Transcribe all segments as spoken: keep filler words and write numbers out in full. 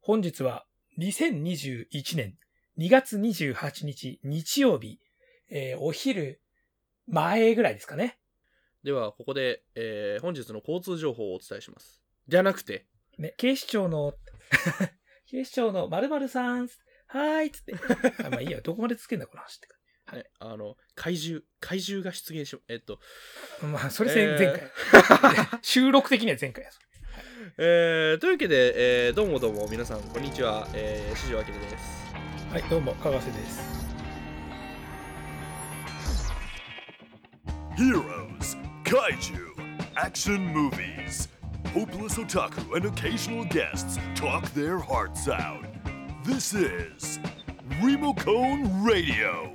本日はにせんにじゅういちねんにがつにじゅうはちにち日曜日、えー、お昼前ぐらいですかね。 ではここで、えー、本日の交通情報をお伝えします。じゃなくて、 ね、警視庁の警視庁の〇〇さん、はーいっつってあ、まあいいや、どこまでつけんだこの話ってか、 はい、あの怪獣怪獣が出現しえっとまあそれ前回、えー、収録的には前回や。 えー、というわけで、えー、どうもどうも皆さんこんにちは、えー、四条明です。 はい、どうもかがせです。 Heroes, Kaiju, Action Movies. Hopeless otaku and occasional guests talk their hearts out. This is Remocone Radio.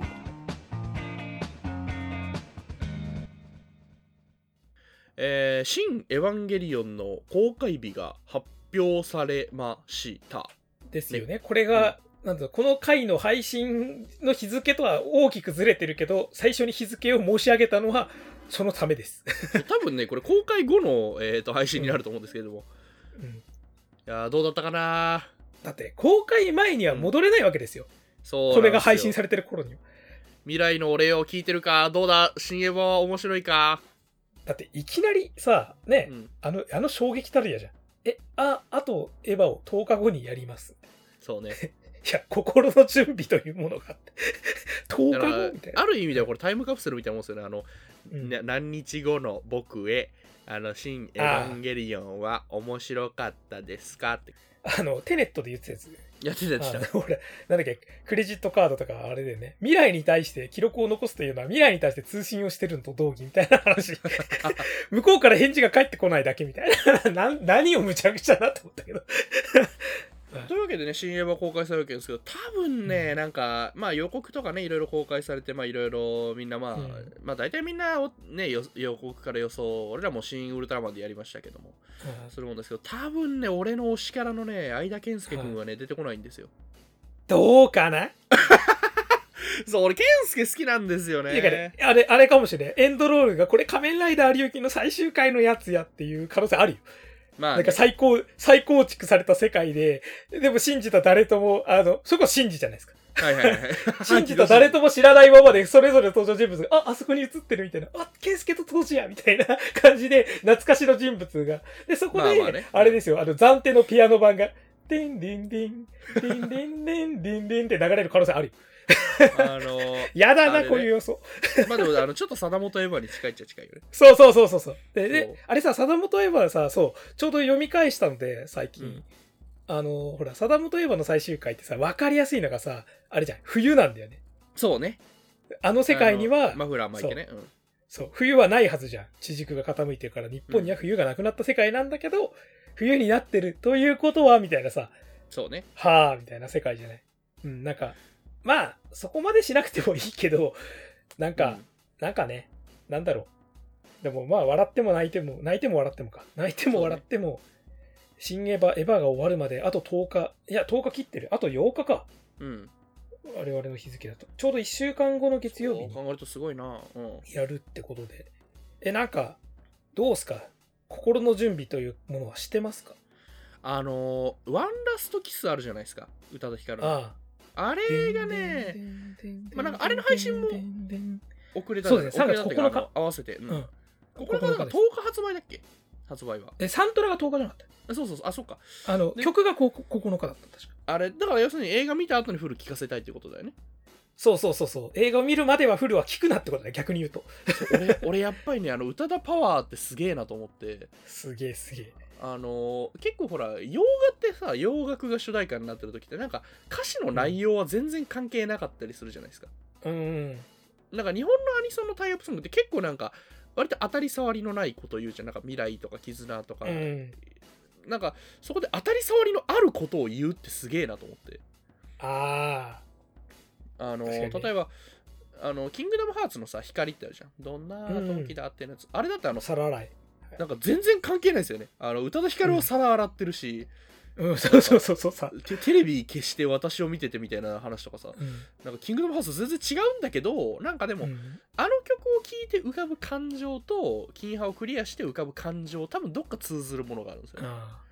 えー、新エヴァンゲリオンの公開日が発表されました。 ですよね。ね、これが、うん、なんだろう、この回の配信の日付とは大きくずれてるけど、最初に日付を申し上げたのはそのためです。 多分ね、これ公開後の、えー、と配信になると思うんですけれども。うん、いやー、どうだったかな。 だって公開前には戻れないわけですよ。うん、 そう。 これが配信されてる頃には。 未来の俺を聞いてるか、どうだ、新エヴァは面白いか。 だっていきなりさ、ね、うん、あの、あの衝撃たるやじゃん。え、あ、あとエヴァをとおかごにやります。 そうね。 いや、心の準備というものがあって。とおかごみたいな。 ある意味ではこれタイムカプセルみたいなもんですよね。あの、うん、何日後の僕へ、あの、新エヴァンゲリオンは面白かったですかって。 あの、テネットで言ってたやつ。 やってたやつだ。 ほら、なんだっけ、クレジットカードとかあれでね、未来に対して記録を残すというのは未来に対して通信をしてるのと同義みたいな話。向こうから返事が返ってこないだけみたいな。な何をむちゃくちゃなと思ったけど。 というわけでね、新エヴァ公開されるわけですけど、多分ね、うん、なんか、まあ予告とかね、いろいろ公開されて、まあいろいろみんなまあ、うん、まあ大体みんなね、予告から予想、俺らも新ウルトラマンでやりましたけども、うん、するもんですけど、多分ね、俺の推しキャラのね、相田健介君はね、うん、出てこないんですよ。 どうかなそう、俺、健介好きなんですよね。 ねあれ、あれかもしれん。エンドロールがこれ仮面ライダー有機の最終回のやつやっていう可能性あるよ。まあ、ね、なんか最高、再構築された世界で、でも信じた誰とも、あの、そこ信じじゃないですか。 はいはいはい。 信じた誰とも知らないままで、それぞれ登場人物が、あ、あそこに映ってるみたいな、あ、ケンスケと当時やみたいな感じで、懐かしの人物が。で、そこで、まあまあね、あれですよ、あの、暫定のピアノ版が、ディンディンディン、ディンディンディン、ディンディンって流れる可能性あるよ。あのー、やだな、ね、こういう予想。 まあでも、あの、ちょっと貞本エヴァに近いっちゃ近いよね。 そうそうそうそうそう。で、であれさ、貞本エヴァさ、そう、ちょうど読み返したので、最近。うん、あのー、ほら、貞本エヴァの最終回ってさ、わかりやすいのがさ、あれじゃん、冬なんだよね。 そうね。 あの世界には、 マフラー巻いてね。 そう、うん、そう、冬はないはずじゃん。地軸が傾いてるから、日本には冬がなくなった世界なんだけど、うん、冬になってるということは、みたいなさ。 そうね。 はぁ、みたいな世界じゃない。うん、なんか、まあ、そこまでしなくてもいいけど、なんか、うん、なんかね、なんだろう。でもまあ、笑っても泣いても、泣いても笑ってもか。泣いても笑っても、ね、新エヴァ、エヴァが終わるまで、あととおか、いや、とおか切ってる。あとようかか。うん。我々の日付だと。ちょうどいっしゅうかんごの月曜日に。 考えるとすごいな。 うん。やるってことで。え、なんか、どうすか？心の準備というものはしてますか？ あのー、ワンラストキスあるじゃないですか。宇多田ヒカルの。ああ。あれがね、まあなんかあれの配信も遅れたんです。そうですね、さんがつここのか合わせて。うん。これがなんかとおか発売だっけ？発売は。 え、サントラがとおかじゃなかった？ そうそうそう、あ、そっか。 あの、曲がここのかだった、確か。 あれ、だから要するに映画見た後にフル聞かせたいってことだよね。 そうそうそうそう。映画を見るまではフルは聞くなってことだね、逆に言うと。 俺、俺やっぱりね、あの、宇多田パワーってすげえなと思って。 すげえすげえ。 あのー、結構ほら洋画ってさ、洋楽が主題歌になってる時ってなんか歌詞の内容は全然関係なかったりするじゃないですか。うん、うん、なんか日本のアニソンのタイアップソングって結構なんか割と当たり障りのないこと言うじゃん。なんか未来とか絆とか、うん、なんかそこで当たり障りのあることを言うってすげえなと思って。あああのー、例えばあのキングダムハーツのさ光ってあるじゃん。どんな時だってやつ、うん、あれだってあの皿洗いなんか全然関係ないですよね。あの宇多田ヒカルは皿洗ってるし、 うん、うん、そうそうそうそうさテ。テレビ消して私を見ててみたいな話とかさ、うん、なんかキングダムハウス全然違うんだけど、なんかでも、うん、あの曲を聴いて浮かぶ感情と金ハをクリアして浮かぶ感情、多分どっか通ずるものがあるんですよね。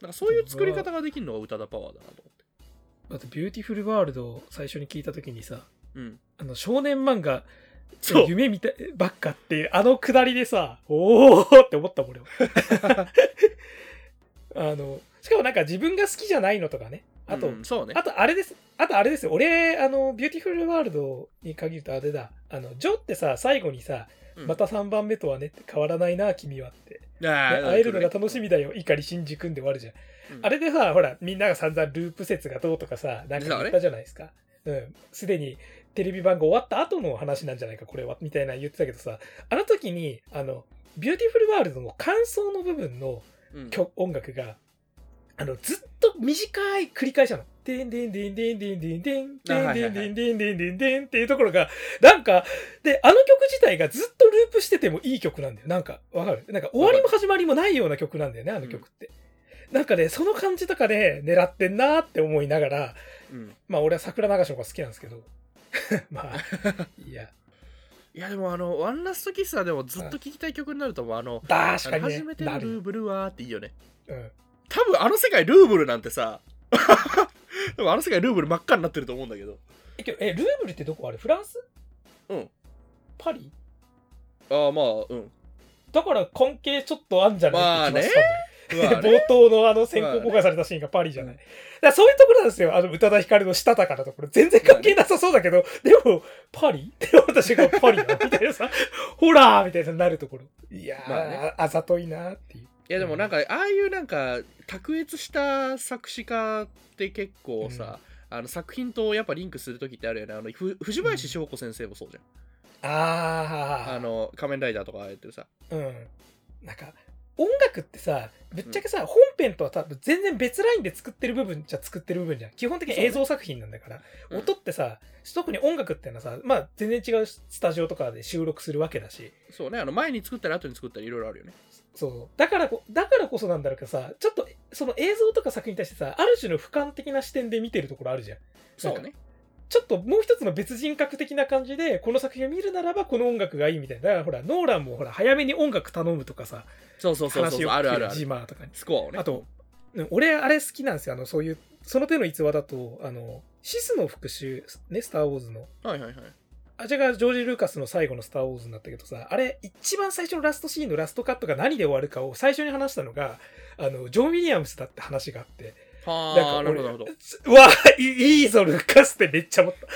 なんかそういう作り方ができるのが宇多田パワーだなと思って。 だってビューティフルワールドを最初に聞いた時にさ、 うん、 あの少年漫画夢見たばっかっていうあのくだりでさ、おーって思ったもん俺は。あのしかもなんか自分が好きじゃないのとかね。あと、うん、 そうね。 あとあれです。あとあれですよ。俺、あの、ビューティフルワールドに限るとあれだ。あの、ジョってさ、最後にさ、うん、またさんばんめとはねって変わらないな、君はって。あ会えるのが楽しみだよ。碇シンジ君で終わるじゃん。うん、あれでさ、ほら、みんなが散々ループ説がどうとかさ、なんか言ったじゃないですか。うん。すでにテレビ番号終わった後の話なんじゃないか、これは。みたいな言ってたけどさ、あの時に、あの、ビューティフルワールドの感想の部分の、うん、音楽が、あの、ずっと短い繰り返しなの。でんでんでんでんでんでんでんでんでんでんでんでんでんでんっていうところが、なんか、で、あの曲自体がずっとループしててもいい曲なんだよ。なんか、わかる？なんか終わりも始まりもないような曲なんだよね、あの曲って。なんかね、その感じとかで狙ってんなーって思いながら、まあ俺は桜流しの方が好きなんですけど、まあ、いや。 いやでもあの、ワンラストキスはでもずっと聴きたい曲になると思う。あの、 確かにね。 初めてのルーブルはーっていいよね。 うん。 多分あの世界ルーブルなんてさ、でもあの世界ルーブル真っ赤になってると思うんだけど。 え、えルーブルってどこあれ？フランス？ うん。 パリ？ ああ、まあ、うん。 だから関係ちょっとあんじゃないって気がしたね。 まあね、冒頭のあの先行公開されたシーンがパリじゃない。まあね、だからそういうところなんですよ。あの宇多田ヒカルのしたたかなところ。全然関係なさそうだけど、まあね、でも、パリって私がパリだみたいなさ、ホラーみたいななるところ。いやー、まあね、あざといなっていう。 いやでもなんか、ああいうなんか、卓越した作詞家って結構さ、うん、あの作品とやっぱリンクするときってあるよね。あのふ藤林翔子先生もそうじゃん。 うん、ああ。あの、仮面ライダーとかやってるさ。 うん。なんか、音楽ってさ、ぶっちゃけさ、うん、本編とは多分全然別ラインで作ってる部分じゃ作ってる部分じゃん。基本的に映像作品なんだから。ね、音ってさ、うん、特に音楽ってのはさ、まあ全然違うスタジオとかで収録するわけだし。 そうね、あの前に作ったり後に作ったりいろいろあるよね。 そう。だからこ、だからこそなんだろうけどさ、ちょっとその映像とか作品に対してさ、ある種の俯瞰的な視点で見てるところあるじゃん。 そうね。 ちょっともう一つの別人格的な感じで、この作品を見るならばこの音楽がいいみたいな。だからほら、ノーランもほら、早めに音楽頼むとかさ、 そうそうそうそう、あるあるある。 ジマーとかに。 スコアをね。 あと、俺、あれ好きなんですよ。あの、そういう、その手の逸話だと、あの、シスの復讐、ね、スター・ウォーズの。 はいはいはい。 あれがジョージ・ルーカスの最後のスター・ウォーズになったけどさ、あれ、一番最初のラストシーンのラストカットが何で終わるかを最初に話したのが、あの、ジョン・ウィリアムスだって話があって、 はあ、なるほど、なるほど。 うわいい、いいぞ、ルカスってめっちゃ思った。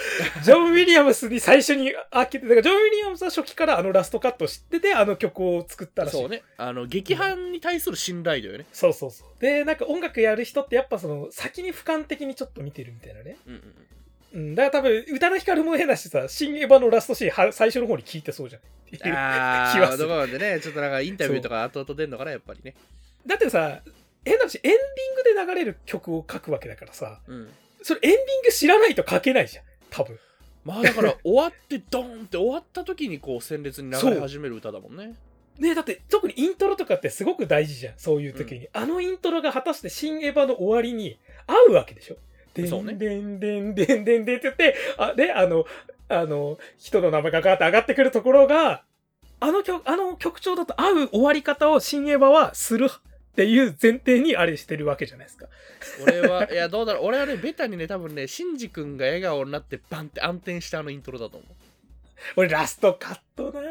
ジョン・ウィリアムスに最初に開けて、だからジョン・ウィリアムスは初期からあのラストカットを知ってて、あの曲を作ったらしい。 そうね。あの、劇伴に対する信頼だよね、うん。 そうそうそう。で、なんか音楽やる人ってやっぱその、先に俯瞰的にちょっと見てるみたいなね。うんうんうん。だから多分、宇多田ヒカルも変だしさ、新エヴァのラストシーン最初の方に聞いてそうじゃん。っていう気はする。 あー、どこまでね、ちょっとなんかインタビューとか後々出んのかな、やっぱりね。 だってさ、変な話、エンディングで流れる曲を書くわけだからさ、うん、それエンディング知らないと書けないじゃん、多分。 まあだから終わってドーンって終わった時にこう鮮烈に流れ始める歌だもんね。 ね、だって特にイントロとかってすごく大事じゃん、そういう時に。うん、あのイントロが果たして新エヴァの終わりに合うわけでしょ。でんでんでんでんでんでんでんって言って、あ、で、あの、あの、人の名前がガーって上がってくるところが、あの曲、あの曲調だと合う終わり方を新エヴァはするっていう前提にあれしてるわけじゃないですか。 俺は、いや、どうだろう。俺はね、ベタにね、多分ね、シンジ君が笑顔になってバンって暗転したあのイントロだと思う。 俺、ラストカットな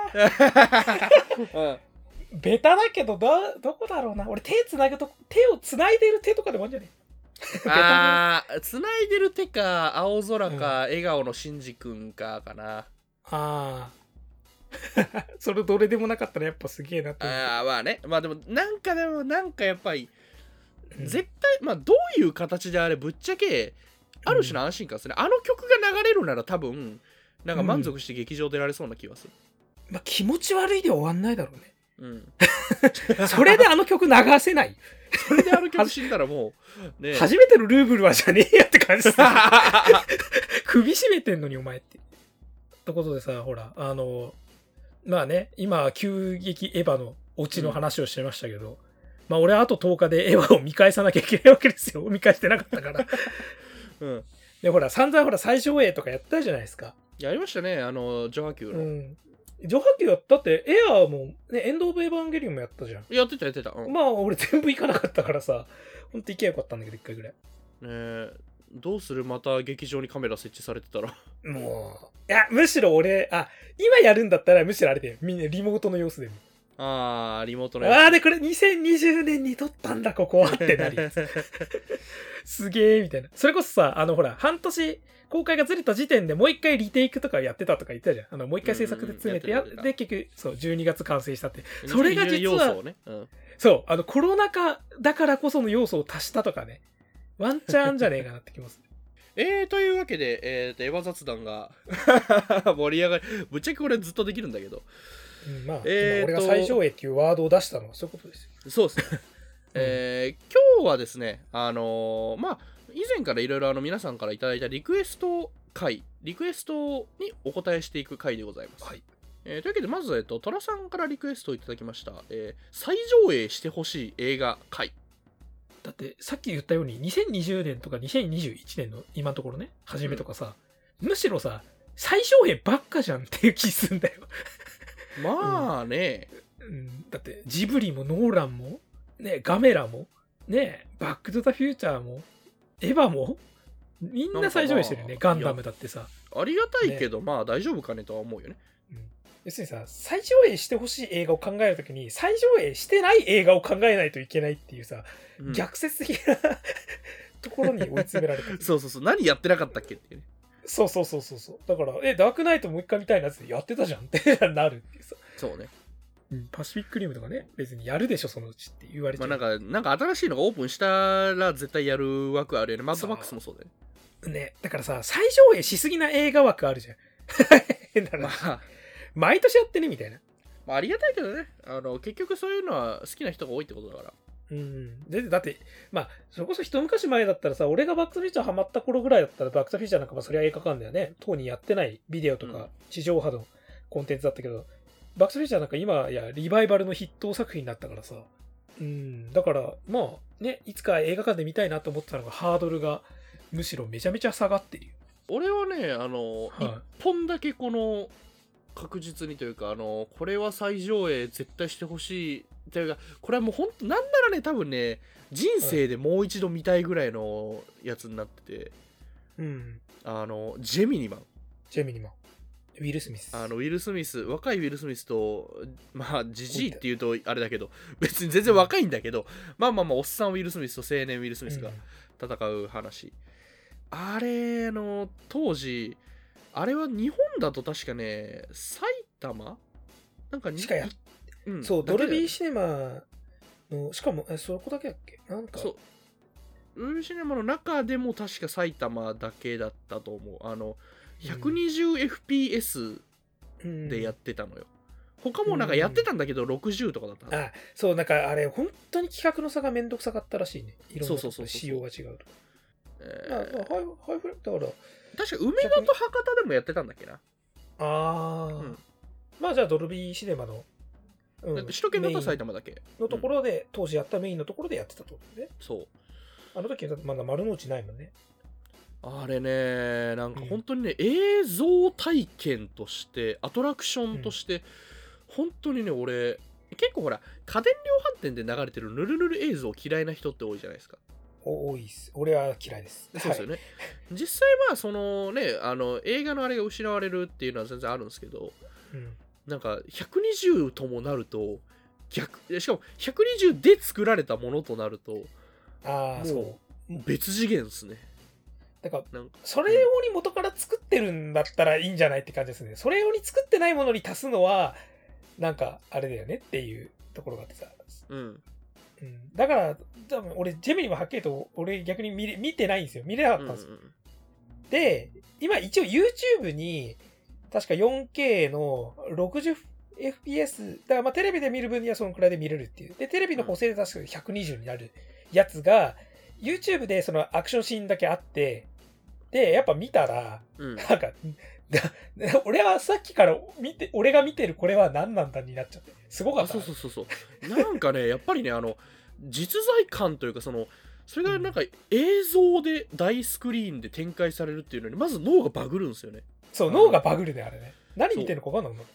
ぁ。うん、ベタだけど、ど、どこだろうな。俺、手つなぐと、手をつないでる手とかでもあるんじゃねえあー、つないでる手か、青空か、うん、笑顔のシンジ君か、かな。 ああ。それどれでもなかったらやっぱすげえなと思う。 ああまあね、まあでもなんかでもなんかやっぱり、うん、絶対まあどういう形であれぶっちゃけある種の安心感ですね、うん、あの曲が流れるなら多分なんか満足して劇場出られそうな気がする、 うん、まあ気持ち悪いで終わんないだろうね。うんそれであの曲流せない。 それであの曲死んだらもう、ね、 初めてのルーブルはじゃねえやって感じだ。首絞めてんのにお前って。ってことでさ、ほらあのまあね、今、急激エヴァのオチの話をしてましたけど、うん、まあ俺あととおかでエヴァを見返さなきゃいけないわけですよ。見返してなかったから。うん。で、ほら、散々ほら、最小映とかやったじゃないですか。 やりましたね、あの、ジョハキューの。 うん。 上波球やったって、エアーも、ね、エンドオブエヴァンゲリオンもやったじゃん。 やってたやってた。うん、 まあ、俺全部行かなかったからさ、ほんと行けばよかったんだけど、一回ぐらい。ねえ、どうするまた劇場にカメラ設置されてたら。 もう、いや、むしろ俺、あ、今やるんだったら、むしろあれだよ。みんなリモートの様子でも。 あー、リモートのやつ。あー、で、これにせんにじゅうねんに撮ったんだ、ここはってなりやつ。すげー、みたいな。それこそさ、あの、ほら、半年、公開がずれた時点でもう一回リテイクとかやってたとか言ってたじゃん。あの、もう一回制作で詰めてやって、で、結局、そう、じゅうにがつ完成したって。それが実は、ねうん、そう、あの、コロナ禍だからこその要素を足したとかね。ワンチャンじゃねえかなってきます。 えー、というわけで、えーと、エヴァ雑談が盛り上がり、ぶっちゃけこれずっとできるんだけど。 うん、まあ、えー、俺が最上映っていうワードを出したのはそういうことですよ。 そうですね。えー、今日はですね、あのー、まあ、以前からいろいろ皆さんからいただいたリクエスト回、リクエストにお答えしていく回でございます。はい。えー、というわけで、まず、えっと、トラさんからリクエストをいただきました、えー、再上映してほしい映画回。 だって、さっき言ったように、にせんにじゅうねんとかにせんにじゅういちねんの今のところね、初めとかさ、うん、むしろさ、再上映ばっかじゃんっていう気すんだよ。 まあね、 うん、うん。だって、ジブリもノーランも、ね、ガメラも、ね、バックトゥザフューチャーも、エヴァもみんな再上映してるよね。ガンダムだってさ。 ありがたいけど、ね、まあ大丈夫かねとは思うよね。 うん、要するにさ、再上映してほしい映画を考えるときに、再上映してない映画を考えないといけないっていうさ、うん、逆説的なところに追い詰められた。 そうそうそう、何やってなかったっけっていうね。 そうそうそうそう。だから、え、ダークナイトもう一回見たいなってやってたじゃんってなるっていうさ。 そうね。 うん、パシフィックリムとかね、別にやるでしょ、そのうちって言われちゃう。 まあなんか、なんか新しいのがオープンしたら絶対やる枠あるよね。マッドマックスもそうだよね。ね、だからさ、再上映しすぎな映画枠あるじゃん。変な話。まあ、毎年やってね、みたいな。 まあありがたいけどね。あの、結局そういうのは好きな人が多いってことだから。 うん。で、だって、まあ、それこそ一昔前だったらさ、俺がバックトゥフューチャーハマった頃ぐらいだったら、バックトゥフューチャーなんかまあそりゃ映画館だよね。当にやってないビデオとか、地上波のコンテンツだったけど、うんバックストゥフューチャーなんか今やリバイバルの筆頭作品になったからさ。うん。だから、まあね、いつか映画館で見たいなと思ってたのがハードルがむしろめちゃめちゃ下がってるよ。 俺はね、あの、一、はい、本だけこの確実にというか、あの、これは再上映絶対してほしいというか、これはもうほんと、なんならね、多分ね、人生でもう一度見たいぐらいのやつになってて、 うん。 あの、ジェミニマン。 ジェミニマン。ウィル・スミス。 あのウィル・スミス、若いウィル・スミスと、まあ、ジジイっていうとあれだけど、別に全然若いんだけど、まあまあまあ、おっさんウィル・スミスと青年ウィル・スミスが戦う話。うん、あれの、当時、あれは日本だと確かね、埼玉なんかにしかや、うん、そう、ドルビーシネマの、しかも、え、そこだけだっけなんか。そう。 ドルビーシネマの中でも確か埼玉だけだったと思う。あの、ひゃくにじゅうエフピーエス でやってたのよ、うん、他もなんかやってたんだけどろくじゅうとかだった、 あそうなんかあれ本当に企画の差がめんどくさかったらしいね。いろんな仕様が違うとか、えー、まあ、ハイハイフレだから確か梅田と博多でもやってたんだっけな。 ああ、うん、まあじゃあドルビーシネマの、 うん、首都圏だと埼玉だけのところで、うん、当時やったメインのところでやってたってことね。 そうあの時はまだ丸の内ないもんね。 あれね、なんか本当にね、うん、映像体験としてアトラクションとして、うん、本当にね俺結構ほら家電量販店で流れてるヌルヌル映像嫌いな人って多いじゃないですか。 多いです。俺は嫌いです。 そうですよね、はい、実際まあそのねあの映画のあれが失われるっていうのは全然あるんですけど、うん、なんかひゃくにじゅうともなると逆しかもひゃくにじゅうで作られたものとなるとああそう別次元ですね。 だからそれ用に元から作ってるんだったらいいんじゃないって感じですね。それ用に作ってないものに足すのはなんかあれだよねっていうところがあってさ、 うんうん、 だから多分俺ジェミニもはっきりと俺逆に 見, 見てないんですよ。見れなかったんですよ、うんうん、で今一応 YouTube に確か よんケー の ろくじゅうエフピーエス だからまあテレビで見る分にはそのくらいで見れるっていうでテレビの補正で確かひゃくにじゅうになるやつが YouTube でそのアクションシーンだけあってでやっぱ見たら、うん、なんか俺はさっきから見て俺が見てるこれは何なんだになっちゃってすごかった。 そうそうそうそうなんかねやっぱりねあの実在感というかそのそれがなんか映像で大スクリーンで展開されるっていうのにまず脳がバグるんですよね。 そう脳がバグるねあれね。何見てるのか分かんないもん。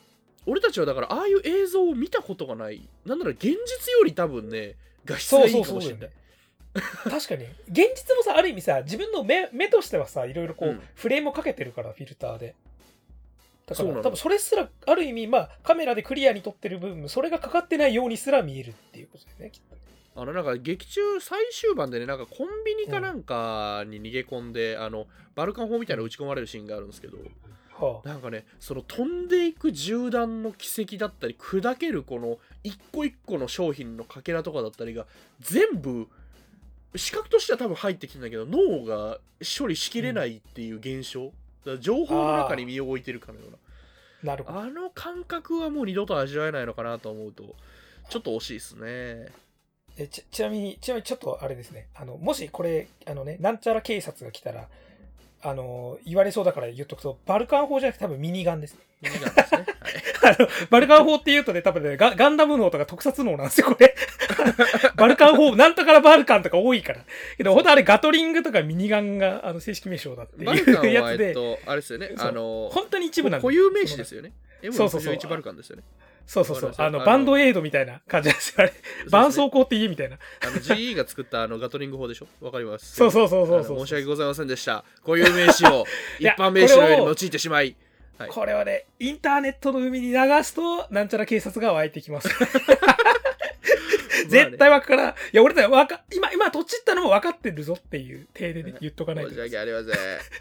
俺たちはだからああいう映像を見たことがない。なんなら現実より多分ね画質がいいかもしれない。そうそうそう確かに現実もさ、ある意味さ、自分の 目, 目としてはさ、いろいろこう、うん、フレームをかけてるから、フィルターで。だから多分それすらある意味、まあカメラでクリアに撮ってる部分、それがかかってないようにすら見えるっていうことですね、きっと。 あのなんか劇中最終盤でね、なんかコンビニかなんかに逃げ込んで、うん、あのバルカン砲みたいな打ち込まれるシーンがあるんですけど、はあ、なんかね、その飛んでいく銃弾の軌跡だったり、砕けるこの一個一個の商品のかけらとかだったりが全部視覚としては多分入ってきてんだけど、脳が処理しきれないっていう現象、うん、だから情報の中に身を置いてるかのような、なるほど。あの感覚はもう二度と味わえないのかなと思うとちょっと惜しいですね。 え ち, ちなみにちなみにちょっとあれですね、あのもしこれあのね、なんちゃら警察が来たらあの言われそうだから言っとくと、バルカン砲じゃなくて多分ミニガンですね。 ミニガンですね。 はい、あのバルカン砲って言うとね、多分ね ガ, ガンダム脳とか特撮脳なんですよこれ。バルカン砲なんとからバルカンとか多いから。けど本当あれガトリングとかミニガンがあの正式名称だっていうやつで。バルカンは、えっと、 あれですよね。あの本当に一部なんで。 固有名詞ですよね。そうそうそう。エムろくじゅういち バルカンですよね。 そうそうそう。あの、バンドエイドみたいな感じですよね。絆創膏っていいみたいな。 あの、ジーイー が作ったあのガトリング砲でしょ。わかります。 そうそうそうそうそう。 申し訳ございませんでした。こういう名詞を一般名詞のように用いてしまい。 はい、これはね、インターネットの海に流すと、なんちゃら警察が湧いてきます。絶対湧くから、いや、俺だよ、わか、今、今、とちったのも分かってるぞっていう体でね、言っとかないと。 申し訳ありません。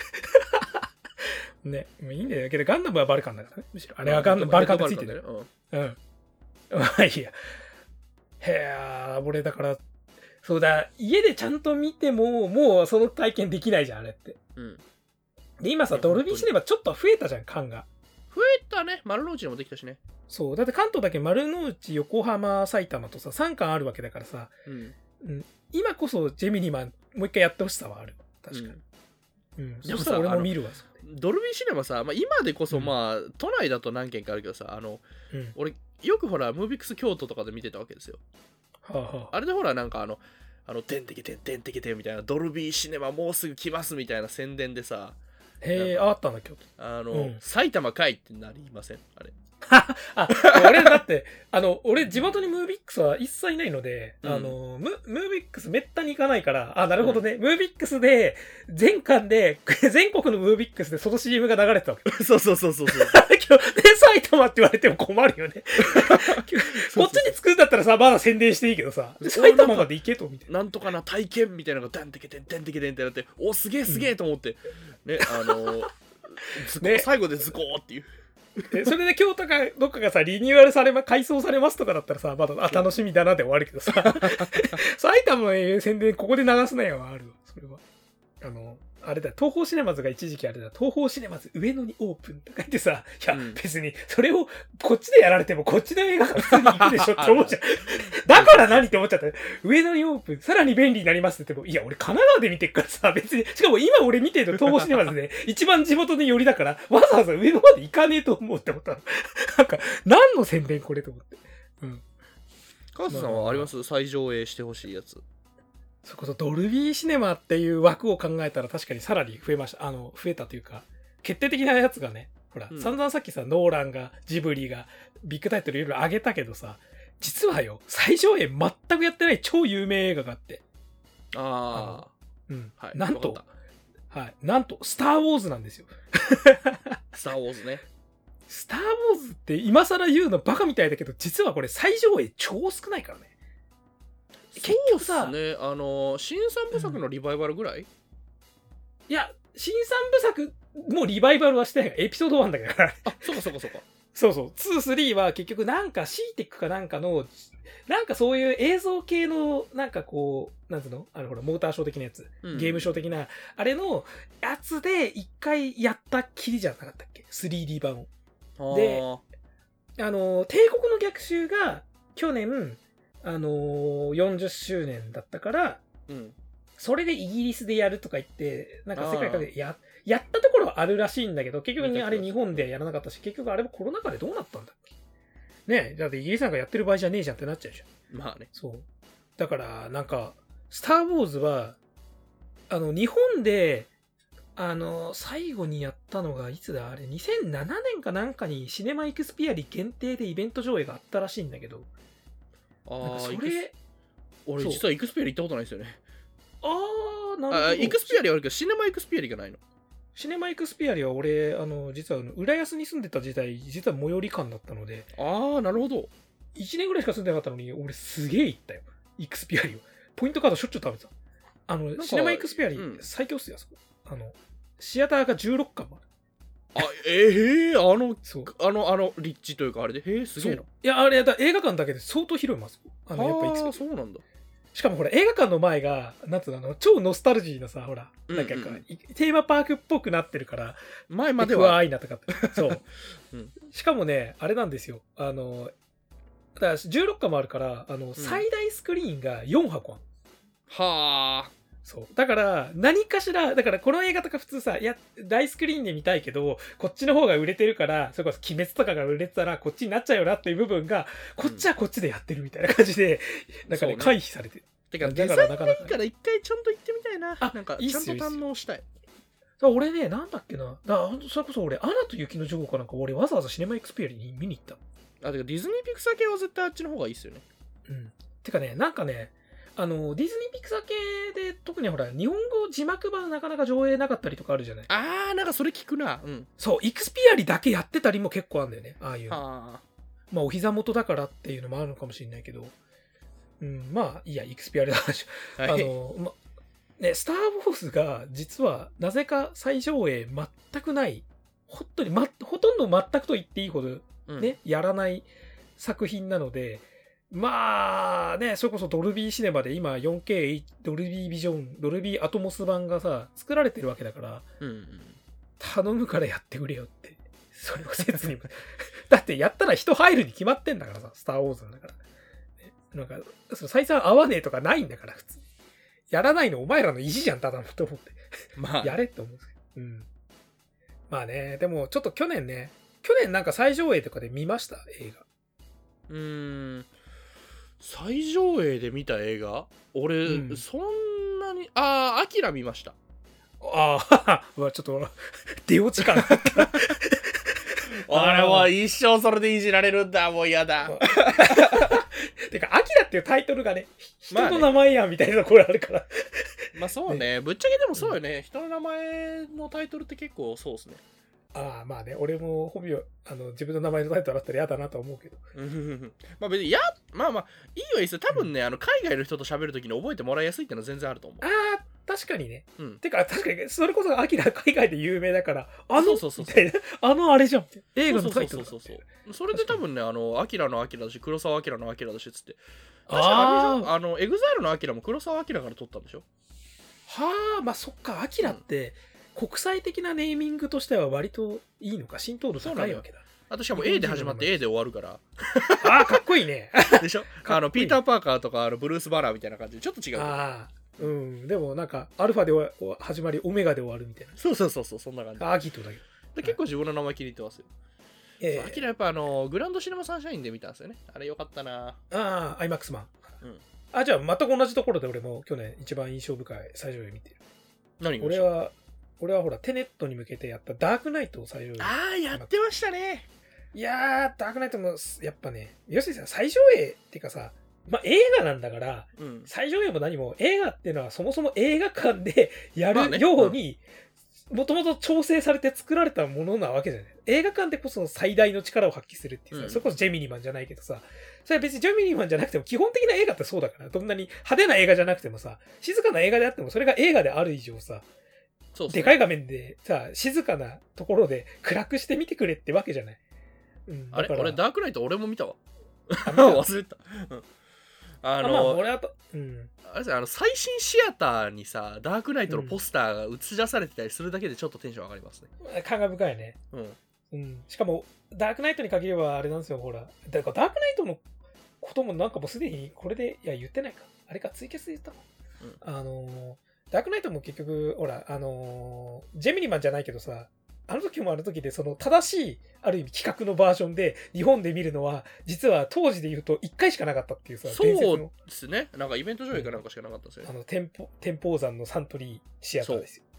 ね、もういいんだよ。けど、ガンダムはバルカンだからね。むしろ。あれはガンダム、バルカンってついてる。うん。まあいいや。へぇ、俺だから、そうだ、家でちゃんと見ても、もうその体験できないじゃん、あれって。うん。で、今さ、ドルビーシネマちょっと増えたじゃん、缶が。 増えたね。丸の内にもできたしね。 そう。だって関東だけ丸の内、横浜、埼玉とさ、さんかんあるわけだからさ、うんうん、今こそジェミニマン、もう一回やってほしさはある。確かに。うん。うん、でもさ、俺も見るわ。 ドルビーシネマさ、まあ、今でこそまあ、うん、都内だと何軒かあるけどさ、あの、うん、俺よくほらムービックス京都とかで見てたわけですよ。はあはあ、あれでほらなんかあの「あのてんてけてんてんてけてん」みたいな、ドルビーシネマもうすぐ来ますみたいな宣伝でさ、 へえ、あったんだ京都。 あの、うん、埼玉かいってなりませんあれ。 あ、俺だってあの俺地元にムービックスは一切ないので、うん、あの ム, ムービックスめったに行かないから、あ、なるほどね、うん、ムービックスで全館で全国のムービックスでその シーエム が流れてたわけ。 そうそうそうそうそう。 今日で埼玉って言われても困るよね。こっちに着くんだったらさ、まだ宣伝していいけどさ、埼玉まで行けとみたいな。 なんとかな体験みたいなのがダンテケテンテンテケテンってなって、おすげえすげえと思って、うん、ね、あのね、最後でズコーっていう。 それで京都かどっかがさリニューアルされま改装されますとかだったらさ、まだあ楽しみだなで終わるけどさ、埼玉の宣伝ここで流すなよはあるわ。それはあのあれだ、東宝シネマズが一時期あれだ、東宝シネマズ上野にオープンとか言ってさ、いや、うん、別にそれをこっちでやられてもこっちの映画が普通に行くでしょって思っちゃう。だから何って思っちゃった。上野にオープン、さらに便利になりますって言っても、いや、俺神奈川で見てるからさ、別に、しかも今俺見てる東宝シネマズで、一番地元に寄りだから、わざわざ上野まで行かねえと思うって思ったの。なんか、何の宣伝これと思って。うん。 川瀬さんはあります？再上映してほしいやつ。 それこそドルビーシネマっていう枠を考えたら確かにさらに増えました。あの、増えたというか、決定的なやつがね、ほら、うん、散々さっきさ、ノーランが、ジブリが、ビッグタイトルいろいろ上げたけどさ、実はよ、再上映全くやってない超有名映画があって。 ああ。 うん。はい。なんと、はい。なんと、スター・ウォーズなんですよ。 スター・ウォーズね。 スター・ウォーズって今更言うのバカみたいだけど、実はこれ再上映超少ないからね。 結局さ、そうですね、あの新三部作のリバイバルぐらい、うん、 いや新三部作もリバイバルはしてないからエピソードワンだから。 あ、そうかそうかそうか。 そうそう、ツー、スリーは結局なんか シーテック かなんかのなんかそういう映像系のなんかこうなんつうの、あのほらモーターショー的なやつ、うん、ゲームショー的なあれのやつで一回やったきりじゃなかったっけ スリーディー 版を。で、あの帝国の逆襲が去年あのー、よんじゅっしゅうねんだったから、うん、それでイギリスでやるとか言って、なんか世界各地でや、やったところはあるらしいんだけど、結局ね、あれ日本ではやらなかったし、結局あれもコロナ禍でどうなったんだっけねえ、だってイギリスなんかやってる場合じゃねえじゃんってなっちゃうじゃん。 まあね。 そう。だから、なんか、スター・ウォーズは、あの、日本であの、最後にやったのが、いつだあれ、にせんななねんかなんかにシネマエクスピアリ限定でイベント上映があったらしいんだけど、ああ、それ、 俺実はエクスピアリ行ったことないですよね。 あー、なるほど。 あ、エクスピアリはあるけど、シネマエクスピアリがないの。 シネマエクスピアリは俺、あの、実は、浦安に住んでた時代、実は最寄り館だったので、 ああ、なるほど。 いちねんぐらいしか住んでなかったのに、俺すげえ行ったよ。エクスピアリを。ポイントカードしょっちゅう食べてた。あの、シネマエクスピアリ、うん、最強っすよ、あそこ。あの、シアターがじゅうろっかんもある。あ、ええー、あの、あの、あの、立地というか、あれで、へえ、すげえな。いや、あれ、だ映画館だけで相当広います。あの、やっぱエクスピアリ。 そうなんだ。 しかもほら、映画館の前が、なんつうの、あの、超ノスタルジーなさ、ほら、なんか、うんうん、テーマパークっぽくなってるから、 前までは。 アイナとかって。そう。うん、しかもね、あれなんですよ。あの、だからじゅうろっかんもあるから、あの、うん、最大スクリーンがよんはこある。 はあ。 そう。だから、何かしら、だからこの映画とか普通さ、いや、大スクリーンで見たいけど、こっちの方が売れてるから、それこそ鬼滅とかが売れてたら、こっちになっちゃうよなっていう部分が、こっちはこっちでやってるみたいな感じで、うん、なんかね、回避されてる。 てか、だからなかなか。から一回ちゃんと行ってみたいな。あ、なんか、ちゃんと堪能したい。 俺ね、なんだっけな。だそれこそ俺、アナと雪の女王かなんか、俺わざわざシネマエクスピアリに見に行った。 あ、てかディズニーピクサー系は絶対あっちの方がいいっすよね。 うん。てかね、なんかね、あの、ディズニーピクサー系で、特にほら、日本語字幕版なかなか上映なかったりとかあるじゃない。 あー、なんかそれ聞くな。うん。 そう、エクスピアリだけやってたりも結構あるんだよね。ああいうの。あまあ、お膝元だからっていうのもあるのかもしれないけど。うん、まあ、いいや、エクスピアリの話。はい、あの、ま、ね、スター・ウォーズが、実は、なぜか再上映全くない、ほんとに、ま、ほとんど全くと言っていいほど、ね、うん、やらない作品なので、まあね、それこそドルビーシネマで今 よんケー、ドルビービジョン、ドルビーアトモス版がさ、作られてるわけだから、うんうん、頼むからやってくれよって。それを切に。だってやったら人入るに決まってんだからさ、スター・ウォーズなんだから。ね、なんか、その採算合わねえとかないんだから、普通。やらないのお前らの意地じゃん、ただのと思って。まあ。やれって思うんですけど。うん。まあね、でもちょっと去年ね、去年なんか再上映とかで見ました、映画。 うーん。最上映で見た映画俺、うん、そんなにああアキラ見ました。 ああうわちょっと出落ち感あったあれは一生それでいじられるんだもう嫌だてかアキラっていうタイトルがね人の名前やみたいなところあるからまあそうね、ね、ぶっちゃけでもそうよね、うん、人の名前のタイトルって結構そうですね。 ああまあね、俺も本名あの自分の名前のタイトルあったら嫌だなと思うけどまあ別にやまあまあいいはいいですよ。多分ね、うん、あの海外の人と喋るときに覚えてもらいやすいっていうのは全然あると思う。 ああ確かにね、うん、てか確かにそれこそアキラ海外で有名だからあのそうそうそうそうあのあれじゃんって映画のタイトル。 そうそうそうそうそれで多分ねあのアキラのアキラだし黒沢アキラのアキラだしっつって確かああのエグザイルのアキラも黒沢アキラから撮ったんでしょ。 はあまあそっかアキラって、うん国際的なネーミングとしては割といいのか浸透度高いわけだ。 あとしかも A で始まって A で終わるからああかっこいいねでしょあのピーター・パーカーとかあのブルース・バラーみたいな感じでちょっと違う。 ああうんでもなんかアルファで始まりオメガで終わるみたいな。 そうそうそうそうそんな感じ。 アギトだけど結構自分の名前気に入ってますよ。ええアキラやっぱあのグランドシネマサンシャインで見たんですよね。あれよかったな。 ああアイマックスマン。うんあじゃあ全く同じところで俺も去年一番印象深い最上映見てる。 何が俺は俺はほらテネットに向けてやったダークナイトを最上映。 ああやってましたね。 いやーダークナイトもやっぱね要するにさ最上映っていうかさまあ映画なんだから、うん、最上映も何も映画っていうのはそもそも映画館でやるようにもともと調整されて作られたものなわけじゃない。映画館でこそ最大の力を発揮するっていうさ、うん、それこそジェミニマンじゃないけどさそれは別にジェミニマンじゃなくても基本的な映画ってそうだからどんなに派手な映画じゃなくてもさ静かな映画であってもそれが映画である以上さそうで, ね、でかい画面でさ静かなところで暗くしてみてくれってわけじゃない、 うん、あれ俺ダークナイト俺も見たわ忘れた、うん、あのあ、まあ、俺あと、うん、あれあの最新シアターにさダークナイトのポスターが映し出されてたりするだけでちょっとテンション上がりますね。 感慨深いね、うんうん、しかもダークナイトに限ればあれなんですよほらだからダークナイトのこともなんかもうすでにこれでいや言ってないかあれかツイキャスで言ったの、うん、あのーダークナイトも結局、ほら、あのー、ジェミニマンじゃないけどさ、あの時もあの時で、その正しい、ある意味企画のバージョンで、日本で見るのは、実は当時で言うといっかいしかなかったっていうさ、 そうですね。なんかイベント上映かなんかしかなかったですよね。 あの、天保、天保山のサントリーシアターですよ。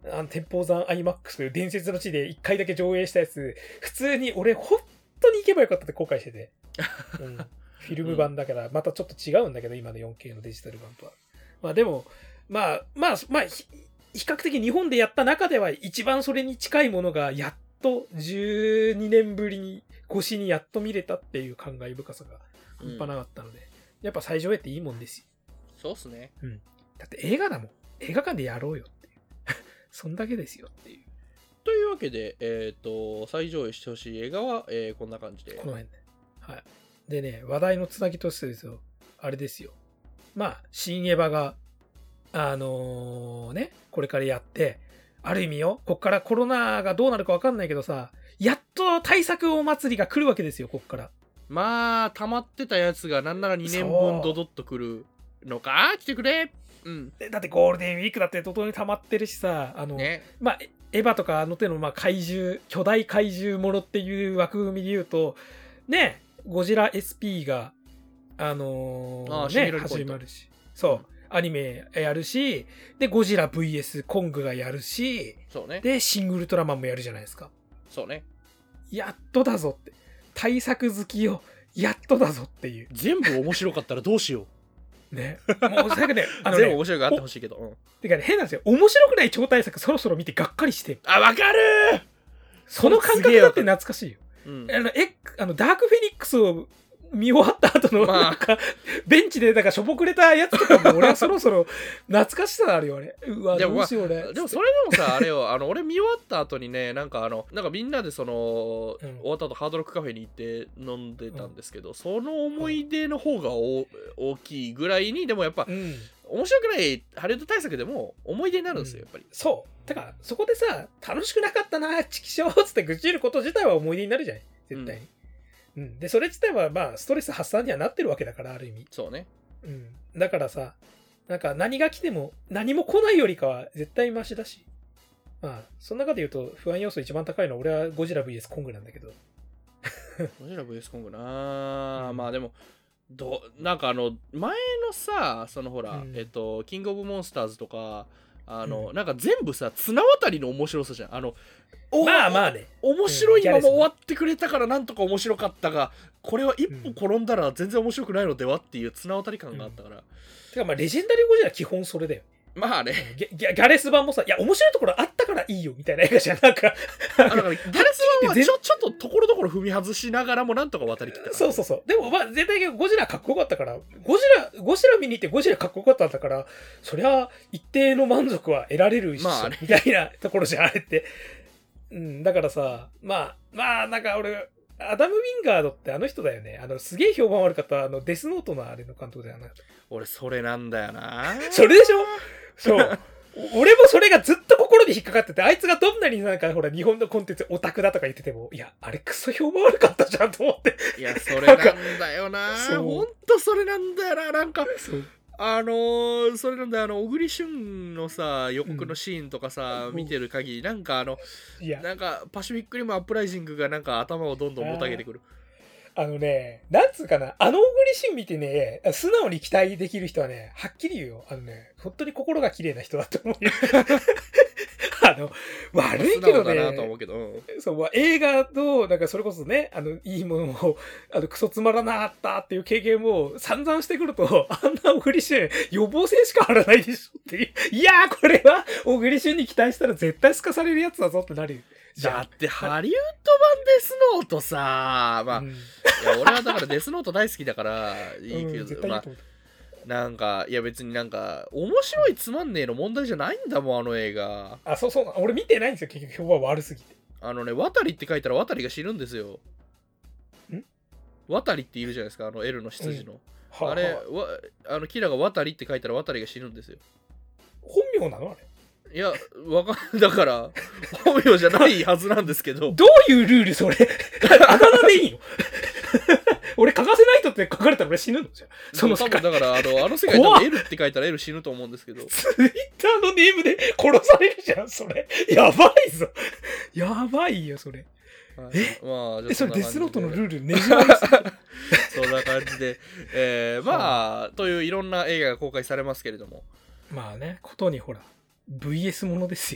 あの天保山 アイマックス という伝説の地でいっかいだけ上映したやつ、普通に俺本当に行けばよかったって後悔してて、うん、フィルム版だからまたちょっと違うんだけど、今の よんケー のデジタル版とは。まあでもまあまあまあ比較的日本でやった中では一番それに近いものがやっとじゅうにねんぶりに越しにやっと見れたっていう感慨深さが半端なかったので、うん、やっぱ最上映っていいもんですよ。 そうっすね。 うん。だって映画だもん。映画館でやろうよっていう。そんだけですよっていう。 というわけで、えっ、ー、と、最上映してほしい映画は、えー、こんな感じで。 この辺で。はい。でね、話題のつなぎとしてですよ。あれですよ。まあ、新エヴァが、あのー、ね、これからやって、ある意味よ、こっからコロナがどうなるかわかんないけどさ、やっと対策お祭りが来るわけですよ、こっから。 まあ、溜まってたやつがなんならにねんぶんドドッと来るのか、来てくれ。うん、 だってゴールデンウィークだってととに溜まってるしさ、あの、ね、まあ、エヴァとかあの手のまあ怪獣、巨大怪獣ものっていう枠組みで言うと、ね、ゴジラ エスピー が、あのー、ね、始まるし、そう、うん、アニメやるし、で、ゴジラ ブイエス コングがやるし、 そうね。 で、シン・ウルトラマンもやるじゃないですか。 そうね。 やっとだぞって。対策好きよ。やっとだぞっていう。 全部面白かったらどうしよう。 ね、もう最後ね、 あのね、全部面白くあってほしいけど、うん、 てかね、変なんですよ。面白くない超大作そろそろ見てがっかりして。 あ、わかるー。 その感覚だって懐かしいよ。 うん、 あのえあのダークフェニックスを見終わった後の、なんか、まあ、ベンチでなんかしょぼくれたやつとかも俺はそろそろ懐かしさあるよね。うわ、 でも、 どうしようね。 でもそれでもさ、あれよ、あの俺見終わった後にね、なんかあの、なんかみんなでその、うん、終わった後ハードロックカフェに行って飲んでたんですけど、うん、その思い出の方がお大きいぐらいに、でもやっぱ、うん、面白くないハリウッド大作でも思い出になるんですよ、やっぱり。 そう。だからそこでさ、楽しくなかったな、チキショーつって愚痴ること自体は思い出になるじゃない、絶対に。うんうん、でそれ自体はまあストレス発散にはなってるわけだから、ある意味。 そうね。 うん。だからさ、なんか何が来ても何も来ないよりかは絶対マシだし。まあその中で言うと不安要素一番高いのは俺はゴジラ ブイエス コングなんだけど。 ゴジラ ブイエス コングな、うん、まあでもどなんかあの前のさ、そのほら、うん、えっとキングオブモンスターズとか。あの、うん、なんか全部さ綱渡りの面白さじゃん。あのまあまあね、 面白いまま終わってくれたからなんとか面白かったが、これは一歩転んだら全然面白くないのではっていう綱渡り感があったから、うん、 てかまあレジェンダリーゴジラ基本それだよ。 まあね、 ギャ、ギャレス版もさ、いや面白いところあったからいいよみたいな映画じゃん。なんかあだからギャレス版はちょちょっとところどころ踏み外しながらもなんとか渡りきった。 そうそうそう。でもまあ絶対ゴジラかっこよかったから、ゴジラゴジラ見に行ってゴジラかっこよかったんだから、そりゃ一定の満足は得られるし、まあね、みたいなところじゃんあれって。うん、だからさ、まあまあなんか俺アダム・ウィンガードってあの人だよね。あのすげえ評判悪かったあのデスノートのあれの監督だよな。 俺それなんだよな。 それでしょ。そう俺もそれがずっと心に引っかかってて、あいつがどんなになんかほら日本のコンテンツオタクだとか言ってても、いやあれクソ評判悪かったじゃんと思って。 いやそれなんだよな。ほんとそれなんだよな。なんかあのー、それなんだよ、あの小栗旬のさ予告のシーンとかさ、うん、見てる限りなんかあのいやなんかパシフィックリムアップライジングがなんか頭をどんどんもたげてくる。 あのね、なんつうかな、あの小栗旬見てね、素直に期待できる人はね、はっきり言うよ。あのね、本当に心が綺麗な人だと思うよ。あの、悪いけどね、 と思うけど、 うん、そう、映画と、なんかそれこそね、あの、いいものを、あの、クソつまらなかったっていう経験を散々してくると、あんな小栗旬、予防線しか張らないでしょっていう。いやー、これは、小栗旬に期待したら絶対透かされるやつだぞってなるよ。 だってハリウッド版デスノートさ、まあ、うん、いや俺はだからデスノート大好きだからいいけど、うん、まあなんかいや別になんか面白いつまんねえの問題じゃないんだもんあの映画。 あ、そうそう、俺見てないんですよ結局評判悪すぎて。 あのね、渡りって書いたら渡りが死ぬんですよ。 ん？ 渡りっているじゃないですか、あの L の羊の、うん、あれ、はあはあ、あのキラが渡りって書いたら渡りが死ぬんですよ。 本名なのあれ？ いや、わかんだから本名じゃないはずなんですけど。 どういうルールそれ？あだ名でいいの？俺欠かせない人って書かれたら俺死ぬのじゃん。その世界だからあのあの世界多分 L って書いたら L 死ぬと思うんですけど。 ツイッターのネームで殺されるじゃんそれ。やばいぞ。やばいよそれ。はい、え、まあ、じゃあそれデスノートのルールねじ曲げすぎそんな感じで、えー、まあといういろんな映画が公開されますけれども。 まあね、ことにほら ブイエス ものですよ。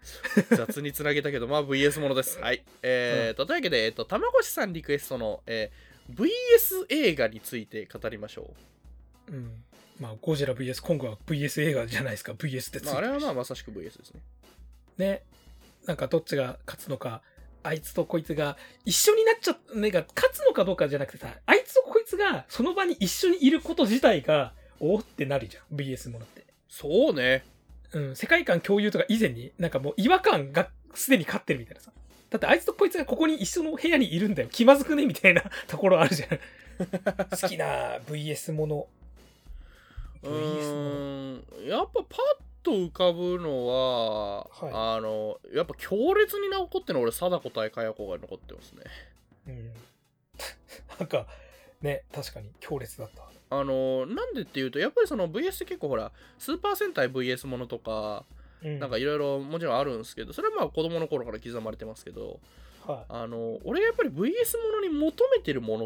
雑につなげたけどまあ ブイエス ものです。はい。えーと、うん、というわけで、えっと、玉越さんリクエストの、えー、ブイエス 映画について語りましょう。うん。まあ、ゴジラ ブイエス コングは ブイエス 映画じゃないですか。ブイエス ってついてるし、 まあ、あれはまあまさしく ブイエス ですね。 ね。なんかどっちが勝つのか、あいつとこいつが一緒になっちゃった、ね、勝つのかどうかじゃなくてさ、あいつとこいつがその場に一緒にいること自体が、おーってなるじゃん。ブイエス ものって。 そうね。 うん。世界観共有とか以前に、なんかもう違和感がすでに勝ってるみたいなさ。だってあいつとこいつがここに一緒の部屋にいるんだよ。気まずくねみたいなところあるじゃん。好きな ブイエス もの。 うーん。やっぱパッと浮かぶのは、はい、あの、やっぱ強烈に残ってるの俺、貞子対かや子が残ってますね。 うん。なんか、ね、確かに強烈だった。 あのなんでっていうとやっぱりその ブイエス って結構ほらスーパー戦隊 ブイエス ものとか、うん、なんかいろいろもちろんあるんですけどそれはまあ子供の頃から刻まれてますけど、はい、あの俺がやっぱり ブイエス ものに求めてるものって、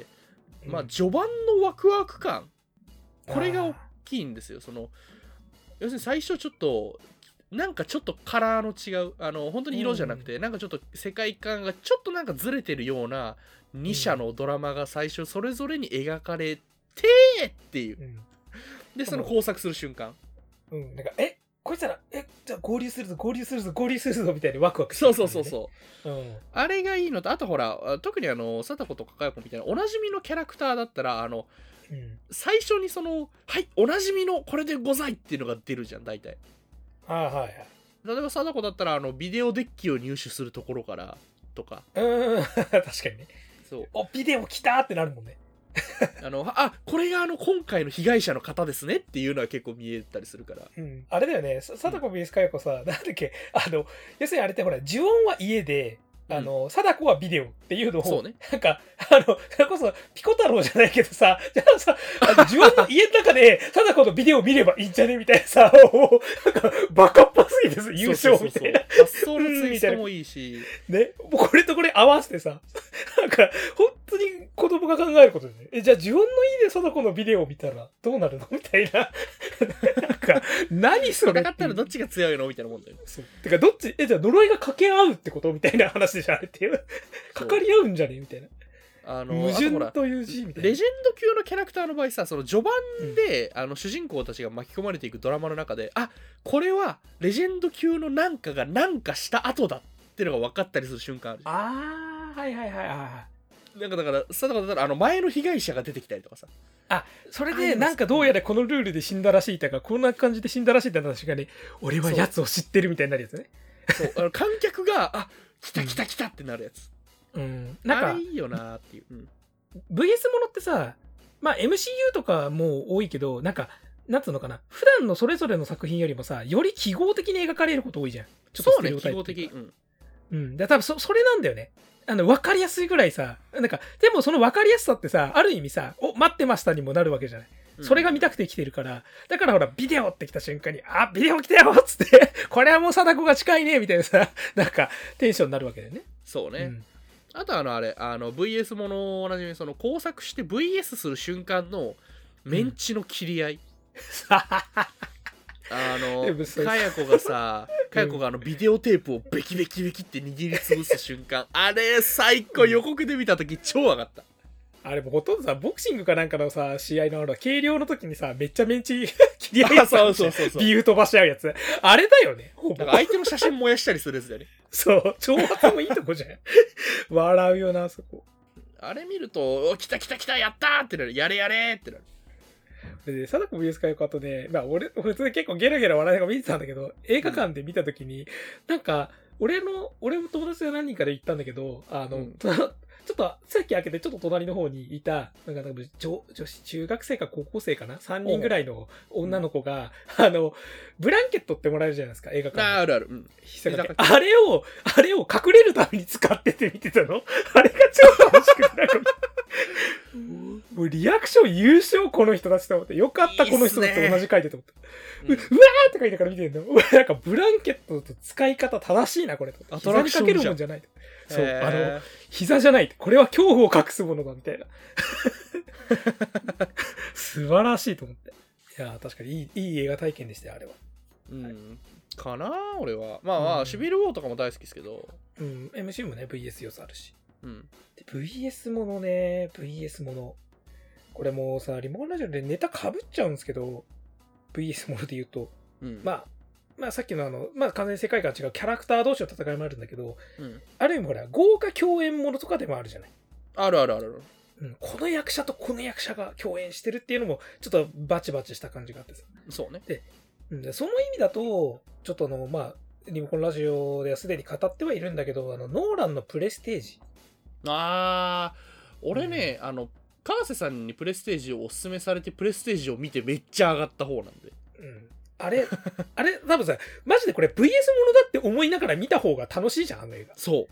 うん、まあ序盤のワクワク感これが大きいんですよ。その要するに最初ちょっとなんかちょっとカラーの違うあの本当に色じゃなくて、うん、なんかちょっと世界観がちょっとなんかずれてるようなに社のドラマが最初それぞれに描かれててーっていう、うん、でその工作する瞬間うんなんかえこいつらえじゃあ合流するぞ合流するぞ合流するぞみたいにワクワクしてる、ね、そうそうそうそう、うん、あれがいいのとあとほら特にあの貞子とかかや子みたいなおなじみのキャラクターだったらあの、うん、最初にそのはいおなじみのこれでございっていうのが出るじゃん大体。 あはいはい。 例えば貞子だったらあのビデオデッキを入手するところからとかうん確かにね。 そうおビデオ来たってなるもんね。 あのあこれがあの今回の被害者の方ですねっていうのは結構見えたりするから、 うん、あれだよね貞子 ブイエス かや子さ、うん、なんだっけあの要するにあれってほら呪音は家であの、うん、貞子はビデオっていうのをそうねなんかあのそれこそピコ太郎じゃないけどさじゃあさあの呪音の家の中で貞子のビデオを見ればいいんじゃねみたいなさなんかバカっぽすぎです優勝みたいな発想のツイストもいいし、 うん、ねもうこれとこれ合わせてさなんか本当に子供が考えることでねえじゃあ呪音の家で貞子のビデオを見たらどうなるのみたいななんか何それ戦ったらどっちが強いのみたいなもんだよ。 そうてかどっちえじゃあ呪いが掛け合うってことみたいな話じゃないっていうかかり合うんじゃねみたいなあの矛盾という字みたいなレジェンド級のキャラクターの場合さその序盤で、うん、あの主人公たちが巻き込まれていくドラマの中であこれはレジェンド級のなんかがなんかした後だっていうのが分かったりする瞬間あるじゃん。 あーはいはいはいはいなんかだからさだからあの前の被害者が出てきたりとかさあそれでなんかどうやらこのルールで死んだらしいとかこんな感じで死んだらしいってなった瞬間に俺はやつを知ってるみたいになるやつね。 そうあの観客があ来た来た来たってなるやつ、 うん、なんかあれいいよなっていう、うん、 ブイエス ものってさまあ エムシーユー とかも多いけどなんかなんつうのかな普段のそれぞれの作品よりもさより記号的に描かれること多いじゃん。 ちょっとステレオタイプそうね記号的うんうんだから多分 そ, それなんだよね。あの分かりやすいぐらいさなんかでもその分かりやすさってさある意味さお待ってましたにもなるわけじゃない。それが見たくて来てるから、だからほらビデオって来た瞬間にあビデオ来たよっつってこれはもう貞子が近いねみたいなさなんかテンションになるわけだよね。 そうね、うん、あとあのあれあの ブイエス ものおなじみその工作して ブイエス する瞬間のメンチの切り合い、うん、あのかや子がさかや子があのビデオテープをベキベキベキって握りつぶす瞬間あれ最高予告で見た時超上がった。 あれもほとんどさボクシングかなんかのさ試合の軽量の時にさめっちゃメンチ切り合いやつそうそうそうそうビーフ飛ばし合うやつあれだよね。 なんか相手の写真燃やしたりするやつだよねそう挑発もいいとこじゃん笑うよなそこ。 あれ見ると来た来た来たやったーってなるやれやれってなる。 で貞子 ブイエス かよかとねまあ俺普通に結構ゲラゲラ笑いながら見てたんだけど映画館で見た時に、うん、なんか俺の俺も友達が何人かで行ったんだけどあの、うんちょっとさっき開けてちょっと隣の方にいたなんか女, 女子中学生か高校生かなさんにんぐらいの女の子があのブランケットってもらえるじゃないですか映画館。 ああるある、うん、 あれをあれを隠れるために使ってて見てたのあれが超楽しくてなんかもうリアクション優勝この人たちと思ってよかったこの人たちと同じ書いてと思ってう, うわーって書いてから見てるのなんかブランケットと使い方正しいなこれと膝にかけるもんじゃないとそうあの膝じゃないこれは恐怖を隠すものだみたいな素晴らしいと思っていや確かにいいいい映画体験でしたよあれは、 うんはい、 かな俺は。まあまあ、うん、シビルウォーとかも大好きですけど。 うん、エムシー もね、ブイエス 要素あるし。 うん。 で ブイエス ものね、ブイエス もの。これもさ、リモコンラジオでネタ被っちゃうんですけど、ブイエス もので言うと、 うん、 まあ、まあさっきのあの、まあ完全に世界観違うキャラクター同士の戦いもあるんだけど、 うん、 ある意味ほら、豪華共演ものとかでもあるじゃない。 あるあるある。 うん、この役者とこの役者が共演してるっていうのも、ちょっとバチバチした感じがあってさ。 そうね。 で、うん、その意味だと、ちょっとあの、まあ、リモコンラジオではすでに語ってはいるんだけど、あの、ノーランのプレステージ。 あー、俺ね、うん、あの、川瀬さんにプレステージをおすすめされて、プレステージを見てめっちゃ上がった方なんで。 うん。あれ、あれ、多分さ、マジでこれ ブイエス ものだって思いながら見た方が楽しいじゃん、あの映画。 そう。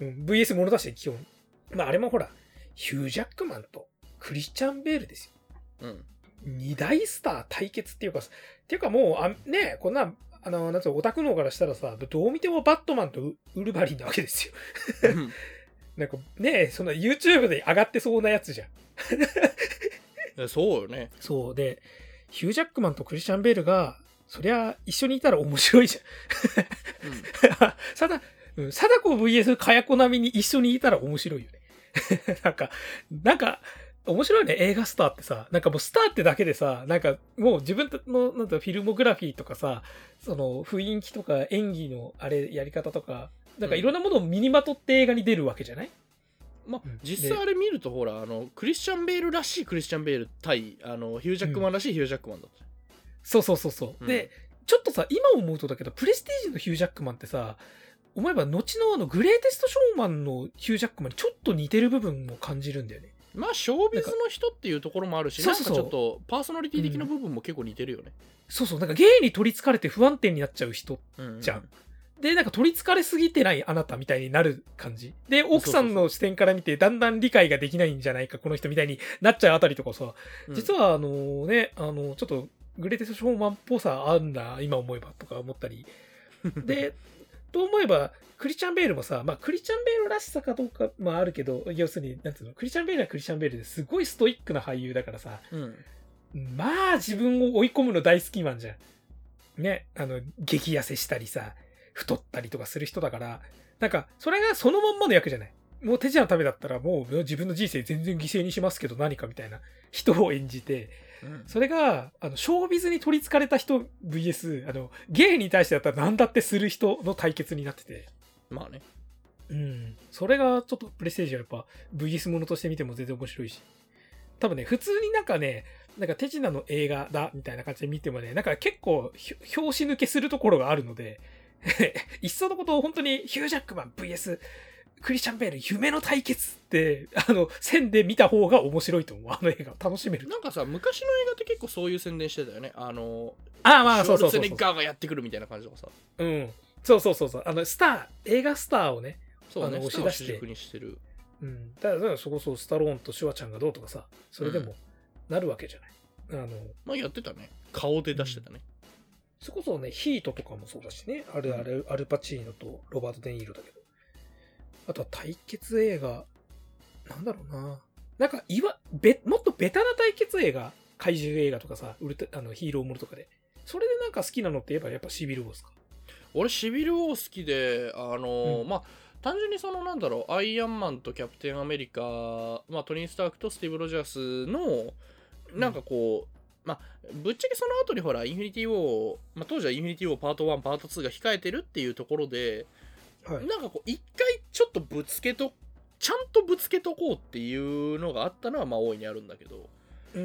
うん、ブイエス ものだし、基本。まあ、あれもほら、ヒュージャックマンとクリスチャン・ベールですよ。うん。 二大スター対決っていうか、っていうかもう、あね、こんな、あの、なんつうの、オタク脳からしたらさ、どう見てもバットマンとウルヴァリンなわけですよ。なんかね、そんな YouTube で上がってそうなやつじゃん。そうよね。 そうで、ヒュージャックマンとクリスチャン・ベールが、そりゃ一緒にいたら面白いじゃん。うん、さだ、うん、貞子 ブイエス かやこ並みに一緒にいたら面白いよね。なんか、なんか、面白いね、映画スターってさ、なんかもうスターってだけでさ、なんかもう自分のなんかフィルモグラフィーとかさ、その雰囲気とか演技のあれやり方とか、なんかいろんなものを身にまとって映画に出るわけじゃない？ まあ、実際あれ見るとほらあのクリスチャン・ベールらしいクリスチャン・ベール対あのヒュージャックマンらしいヒュージャックマンだった、うん、 そうそうそうそう、うん、でちょっとさ今思うとだけどプレステージのヒュージャックマンってさ思えば後のあのグレイテストショーマンのヒュージャックマンにちょっと似てる部分も感じるんだよね。 まあショービズの人っていうところもあるしなんかちょっとパーソナリティ的な部分も結構似てるよね、うん、 そうそうなんかゲイに取り憑かれて不安定になっちゃう人じゃん、うんうんで、なんか取り憑かれすぎてないあなたみたいになる感じ。で、奥さんの視点から見てだんだん理解ができないんじゃないか、この人みたいになっちゃうあたりとかさ、うん、実はあのね、あの、ちょっとグレイテストショーマンっぽさあるんだ、今思えばとか思ったり。で、と思えば、クリスチャン・ベールもさ、まあクリスチャン・ベールらしさかどうか、まああるけど、要するに、なんつうの、クリスチャン・ベールはクリスチャン・ベールですごいストイックな俳優だからさ、 うん、 まあ自分を追い込むの大好きマンじゃん。ね、あの、激痩せしたりさ、太ったりとかする人だから、なんか、それがそのまんまの役じゃない。もう手品のためだったらもう自分の人生全然犠牲にしますけど何かみたいな人を演じて、うん、それが、あの、ショービズに取り憑かれた人 ブイエス、あの、ゲイに対してだったら何だってする人の対決になってて。 まあね。 うん。それがちょっとプレステージはやっぱ ブイエス ものとして見ても全然面白いし。多分ね、普通になんかね、なんか手品の映画だみたいな感じで見てもね、なんか結構拍子抜けするところがあるので、いっそのことを本当にヒュージャックマン ブイエス クリスチャン・ベール夢の対決ってあの線で見た方が面白いと思う。あの映画楽しめる。 なんかさ昔の映画って結構そういう宣伝してたよね。あのああまあそうそうそうそうショルツェネッガーがやってくるみたいな感じとかさ。 うんそうそうそうそうあのスター映画スターをねそうねあの押し出して主軸にしてる。 うんだからそこそスタローンとシュワちゃんがどうとかさそれでもなるわけじゃない。うん、あのまあやってたね。顔で出してたね。うんそこそね、ヒートとかもそうだしね。あれあれ、アルパチーノとロバート・デ・ニーロだけど。あとは対決映画。なんだろうな。なんか、いわ、べ、もっとベタな対決映画。怪獣映画とかさ、ウルトあのヒーローものとかで。それでなんか好きなのって言えばやっぱシビルウォーですか？ 俺シビルウォー好きで、あのーうん、まあ、単純にそのなんだろう、アイアンマンとキャプテンアメリカ、まあ、トニー・スタークとスティーブ・ロジャースの、なんかこう、うんまあ、ぶっちゃけその後にほらインフィニティ・ウォー、まあ、当時はインフィニティ・ウォーパートワンパートツーが控えてるっていうところで、はい、なんかこう一回ちょっとぶつけとちゃんとぶつけとこうっていうのがあったのはまあ大いにあるんだけど、 うん、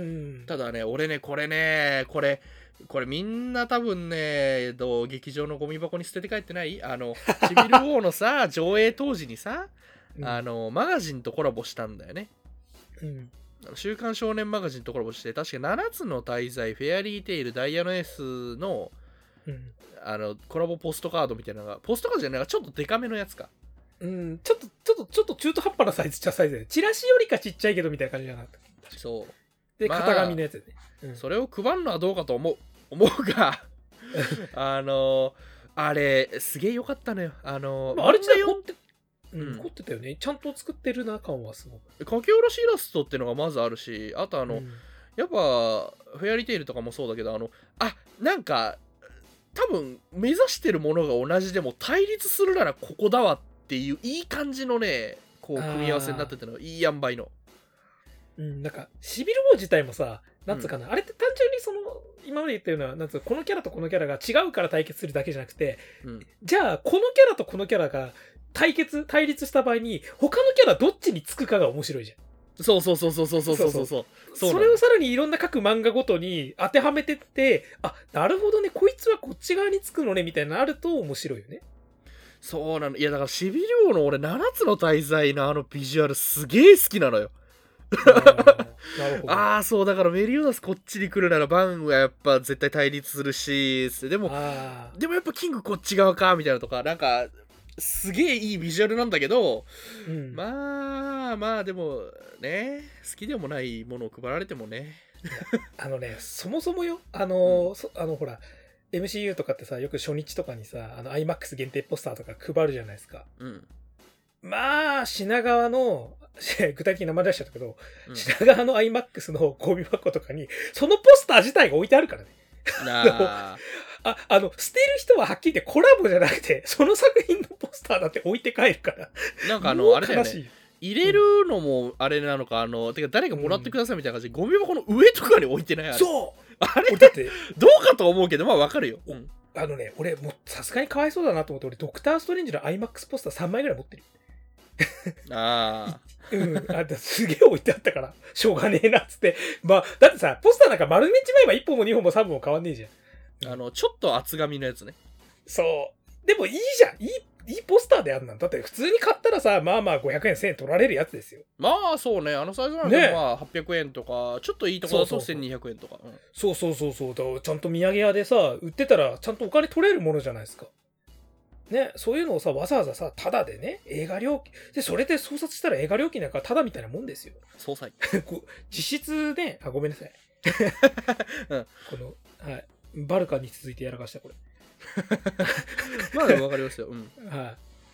ただね俺ねこれねこれこれみんな多分ね劇場のゴミ箱に捨てて帰ってないあのシビル・ウォーのさ上映当時にさ、うん、あのマガジンとコラボしたんだよね。 うん週刊少年マガジンとコラボして確かななつの大罪フェアリーテイルダイヤのエースの、 うん、 あのコラボポストカードみたいなのがポストカードじゃないかちょっとデカめのやつかうんちょっとちょっとちょっと中途半端なサイズっちゃサイズでチラシよりかちっちゃいけどみたいな感じじゃなかったそうで、まあ、型紙のやつでね、 うん、それを配るのはどうかと思う思うがあのあれすげえ良かったのよあのあれちなみにうん、凝ってたよね。ちゃんと作ってるな感はすごく。 書き下ろしイラストっていうのがまずあるし、あとあの、うん、やっぱフェアリーテイルとかもそうだけど、あのあなんか多分目指してるものが同じでも対立するならここだわっていういい感じのねこう組み合わせになってたのいい塩梅の。 うん、なんかシビル王自体もさ、なんつうかな、うん、あれって単純にその今まで言ったような、なんつうこのキャラとこのキャラが違うから対決するだけじゃなくて、うん、じゃあこのキャラとこのキャラが対決対立した場合に他のキャラどっちにつくかが面白いじゃん。 そうそうそうそうそうそうそうそうそうそ, それをさらにいろんな各漫画ごとに当てはめてって、あ、なるほどね、こいつはこっち側につくのねみたいなのあると面白いよね。 そうなの。いやだからシビル王の俺ななつの大罪のあのビジュアルすげえ好きなのよ。 なるほど。 ああそうだからメリオダスこっちに来るならバンはやっぱ絶対対立するし、でもでもやっぱキングこっち側かみたいなとかなんかすげえいいビジュアルなんだけど、うん、まあまあでもね好きでもないものを配られてもねあのねそもそもよあの、うん、あのほら エムシーユー とかってさよく初日とかにさあの アイマックス 限定ポスターとか配るじゃないですか、うん、まあ品川の具体的に名前出しちゃったけど、うん、品川の アイマックス のゴミ箱とかにそのポスター自体が置いてあるからねああ、あの、捨てる人ははっきり言ってコラボじゃなくて、その作品のポスターだって置いて帰るから。 なんかあの、あれだよね。入れるのもあれなのか、あの、てか誰かもらってくださいみたいな感じで、ゴミ箱の上とかに置いてないあれ。 そうあれだって、どうかと思うけど、まあわかるよ。うん、 あのね、俺、もうさすがにかわいそうだなと思って、俺、ドクターストレンジの アイマックス ポスターさんまいぐらい持ってる。 ああ。 うん、あすげえ置いてあったから、しょうがねえなっつって。まあ、だってさ、ポスターなんか丸めちまえばいっぽんもにほんもさんぼんも変わんねえじゃん。 あのちょっと厚紙のやつね。 そう。でもいいじゃん。いい、いいポスターであんなんだって普通に買ったらさ、まあまあごひゃくえん、せんえん取られるやつですよ。 まあそうね。あのサイズなんでまあはっぴゃくえんとか、ちょっといいとこだとせんにひゃくえんとか。 そうそうそうそう。だからちゃんと土産屋でさ、売ってたらちゃんとお金取れるものじゃないですか。ね、そういうのをさ、わざわざさ、タダでね、映画料金。で、それで捜察したら映画料金なんかタダみたいなもんですよ。 総裁。 実質ね、あ、ごめんなさい。うん、この、はい。バルカンに続いてやらかしたこれまあでも分かりますよ、うん、 はい、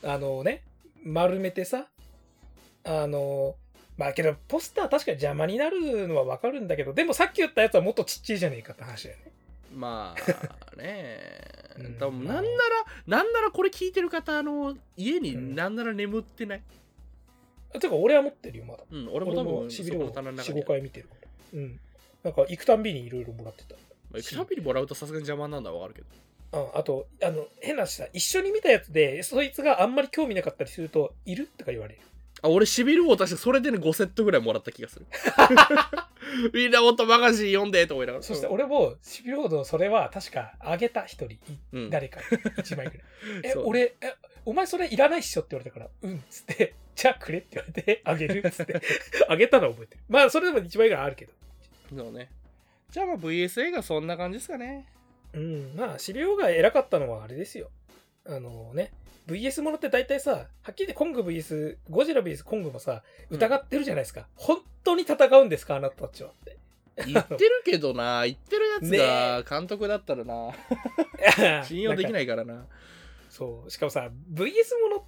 あのね丸めてさあのまあけどポスター確かに邪魔になるのは分かるんだけどでもさっき言ったやつはもっとちっちゃいじゃねえかって話だよね。 まあねうん、多分なんならなんならこれ聞いてる方あの家になんなら眠ってない、 うん、てか俺は持ってるよまだ、 うん、俺も多分しびれをよん、ごかい見てるから、うん、なんか行くたんびにいろいろもらってた。 行くたびにもらうとさすがに邪魔なんだわかるけど。あ, あとあの変な話さ一緒に見たやつでそいつがあんまり興味なかったりするといるとか言われる。 あ俺シビル王確かそれでねごセットぐらいもらった気がするみんなもっとマガジン読んでと思いながら。 そして俺もシビル王のそれは確かあげた一人、うん、誰かいちまいぐらいえ俺えお前それいらないっしょって言われたからうんっつってじゃあくれって言われてあげるっつってあげたの覚えてる。まあそれでもいちまいぐらいあるけど。 そうね。じゃあまあ ブイエスエー がそんな感じですかね。 うん、まあシビル王が偉かったのはあれですよ。あのね、ブイエス ものって大体さ、はっきり言ってコング ブイエス、ゴジラ ブイエス コングもさ、疑ってるじゃないですか。うん、本当に戦うんですかあなたたちはって。 言ってるけどな、言ってるやつが監督だったらな、ね、信用できないからな。 そう、しかもさ、ブイエス ものって、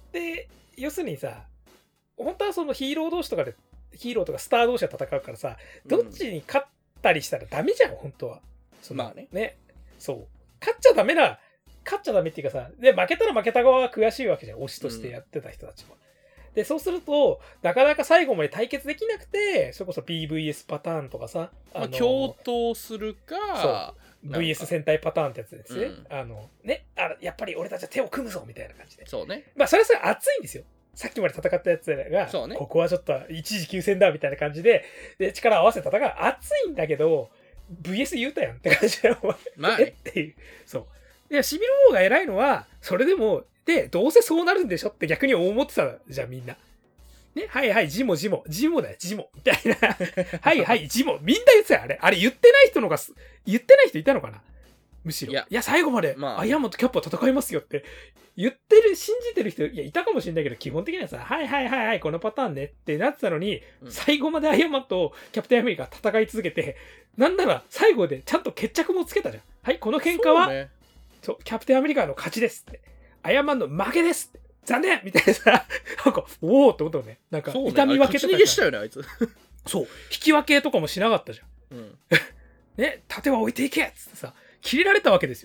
要するにさ、本当はそのヒーロー同士とかで、ヒーローとかスター同士で戦うからさ、どっちに勝ったりしたらダメじゃん、本当は。そのまあね。 ね。そう。勝っちゃダメな、勝っちゃダメっていうかさ、で、負けたら負けた側が悔しいわけじゃん、推しとしてやってた人たちは。うん、で、そうすると、なかなか最後まで対決できなくて、それこそ ピーブイエス パターンとかさ、 あのまあ、共闘するか、 ブイエス 戦隊パターンってやつですね。うん、あの、ねあ、やっぱり俺たちは手を組むぞみたいな感じで。 そうね。 まあ、それはそれ熱いんですよ。さっきまで戦ったやつらが、 そうね、 ここはちょっと一時休戦だみたいな感じで、で、力を合わせて戦う。熱いんだけど、ブイエス 言うたやんって感じで、 まあ、 えっていう。そう。で、シビル王が偉いのは、それでも、で、どうせそうなるんでしょって逆に思ってたじゃん、みんな。ね、はいはい、ジモジモ、ジモだよ、ジモ。みたいな。はいはい、ジモ。みんな言ってたよ、あれ。あれ言ってない人のが、言ってない人いたのかなむしろ。いや、いや最後まで、まあ、アイアンマンとキャップは戦いますよって言ってる、信じてる人、いや、いたかもしれないけど、基本的にはさ、はいはいはいはい、このパターンねってなってたのに、うん、最後までアイアンマンとキャプテンアメリカ戦い続けて、なんなら最後でちゃんと決着もつけたじゃん。はい、この喧嘩は、そうね、そう、キャプテンアメリカの勝ちですって。アイアンマンの負けですって。残念みたいなさ、なんか、おーってことね。なんか、痛み分けとか。 勝ち逃げしたよね、あいつ。 そう、引き分けとかもしなかったじゃん。 うん、 ね、盾は置いていけっつってさ、切れられたわけですよ。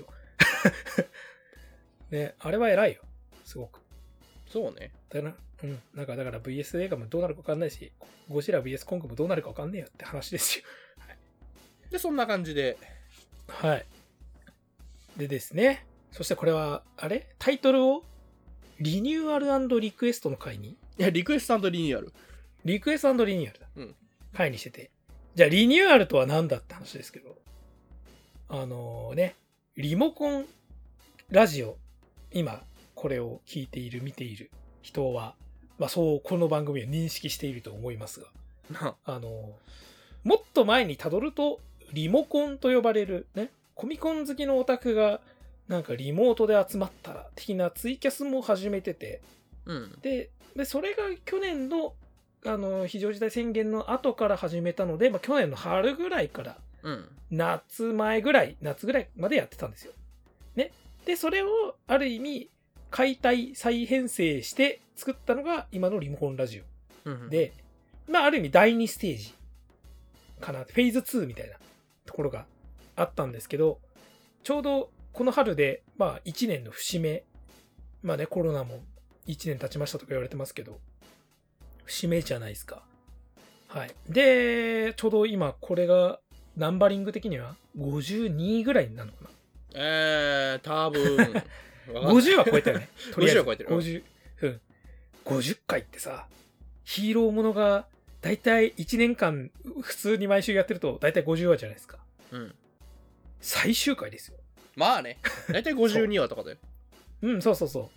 ね、あれは偉いよ。すごく。 そうね。 だな、うん。なんかだから ブイエス 映画もどうなるか分かんないし、ゴジラ ブイエス コングもどうなるか分かんねえよって話ですよ。はい、 で、そんな感じで。 はい。でですね。そしてこれは、あれタイトルをリニューアル&リクエストの回にいや、リクエスト&リニューアル。 リクエスト&リニューアルだ。 うん。 回にしてて。じゃあリニューアルとは何だって話ですけど。あのー、ね、リモコンラジオ、今これを聞いている、見ている人は、まあそう、この番組を認識していると思いますが、あのー、もっと前に辿ると、リモコンと呼ばれるね、コミコン好きのオタクが、なんかリモートで集まったら的なツイキャスも始めてて、 うん、 で、でそれが去年のあの非常事態宣言の後から始めたので、まあ、去年の春ぐらいから夏前ぐらい、夏ぐらいまでやってたんですよ。ね。で、それをある意味解体再編成して作ったのが今のリモコンラジオ。うん、で、まあある意味だいにステージかな。フェーズツーみたいなところがあったんですけど、ちょうどこの春で、まあいちねんの節目。まあね、コロナもいちねん経ちましたとか言われてますけど、節目じゃないですか。はい。で、ちょうど今これがナンバリング的にはごじゅうにぐらいになるのかな。 えー、多分ごじゅうは超えたよね。 とりあえずごじゅうは超えてる。 ごじゅう、うん。ごじゅっかいってさ、ヒーローものがだいたいいちねんかん普通に毎週やってるとだいたいごじゅうわじゃないですか。 うん。 最終回ですよ。 まあね。だいたいごじゅうにわとかだよ。 ううん、そうそうそう。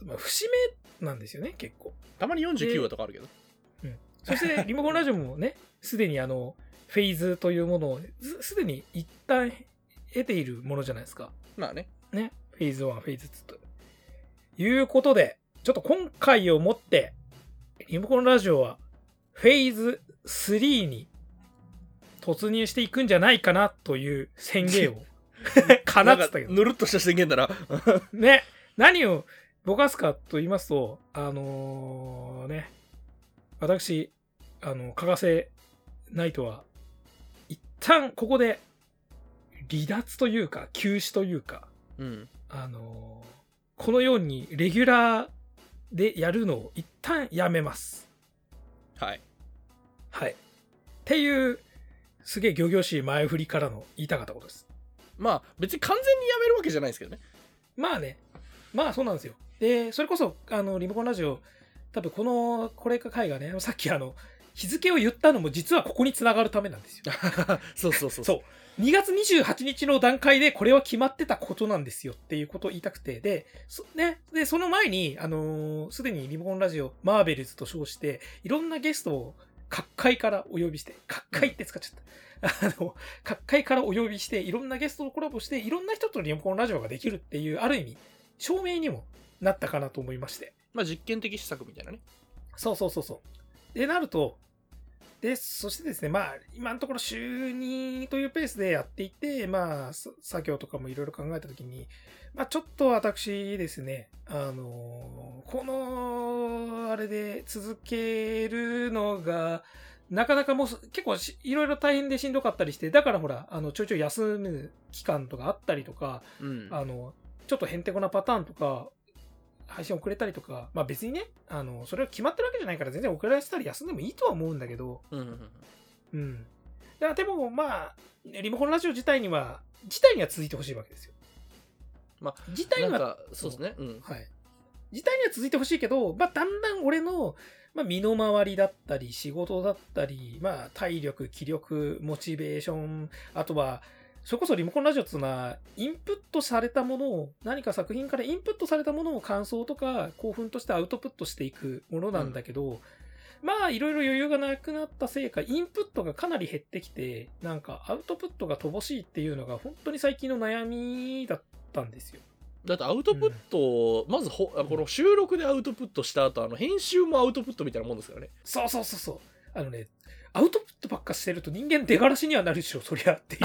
まあ、節目なんですよね、結構。 たまによんじゅうきゅうわとかあるけど。 うん。そして、リモコンラジオもね、すでにあの、フェーズというものを、すでに一旦得ているものじゃないですか。 まあね。 ね。フェーズワン、フェーズツーと。いうことで、ちょっと今回をもって、リモコンラジオは、フェーズスリーに突入していくんじゃないかなという宣言を、かなっつったけど。 ぬるっとした宣言だな。 ね。何をぼかすかと言いますと、あのー、ね、私、あの、かがせナイトは、一旦ここで、離脱というか、休止というか、 うん、 あのー、このようにレギュラーでやるのを一旦やめます。 はい。 はい。っていう、すげえ仰々しい前振りからの言いたかったことです。 まあ、別に完全にやめるわけじゃないですけどね。 まあね。まあそうなんですよ。で、それこそ、あの、リモコンラジオ、多分この、これか回がね、さっきあの、日付を言ったのも実はここに繋がるためなんですよ。 そうそうそう。 そう。にがつにじゅうはちにちの段階でこれは決まってたことなんですよっていうことを言いたくて、で、そ, ね、でその前に、あのー、すでにリモコンラジオ、マーベルズと称して、いろんなゲストを各界からお呼びして、各界って使っちゃった。あの、各界からお呼びして、いろんなゲストとコラボして、いろんな人とリモコンラジオができるっていう、ある意味、証明にもなったかなと思いまして。 まあ実験的施策みたいなね。 そうそうそうそう。で、なると、で、そしてですね、まあ、今のところ週にというペースでやっていて、まあ、作業とかもいろいろ考えたときに、まあ、ちょっと私ですね、あの、この、あれで続けるのが、なかなかもう結構いろいろ大変でしんどかったりして、だからほら、あの、ちょいちょい休む期間とかあったりとか、 うん、 あの、ちょっとへんてこなパターンとか、配信遅れたりとか、まあ別にね、あの、それは決まってるわけじゃないから全然遅れられてたり休んでもいいとは思うんだけど、 うんうんうん。 うん。だからでもまあ、リモコンラジオ自体には、自体には続いてほしいわけですよ。 まあ、 自体には、 そうですね。うん。 はい。自体には続いてほしいけど、まあだんだん俺の、まあ身の回りだったり、仕事だったり、まあ体力、気力、モチベーション、あとは、それこそリモコンラジオっていうのは、インプットされたものを、何か作品からインプットされたものを感想とか興奮としてアウトプットしていくものなんだけど、うん、まあいろいろ余裕がなくなったせいか、インプットがかなり減ってきて、なんかアウトプットが乏しいっていうのが本当に最近の悩みだったんですよ。 だってアウトプット、うん、まずほこの収録でアウトプットした後、あの編集もアウトプットみたいなもんですからね。 そうそうそうそう。あのね、アウトプットばっかしてると人間出がらしにはなるでしょ、そりゃっていう。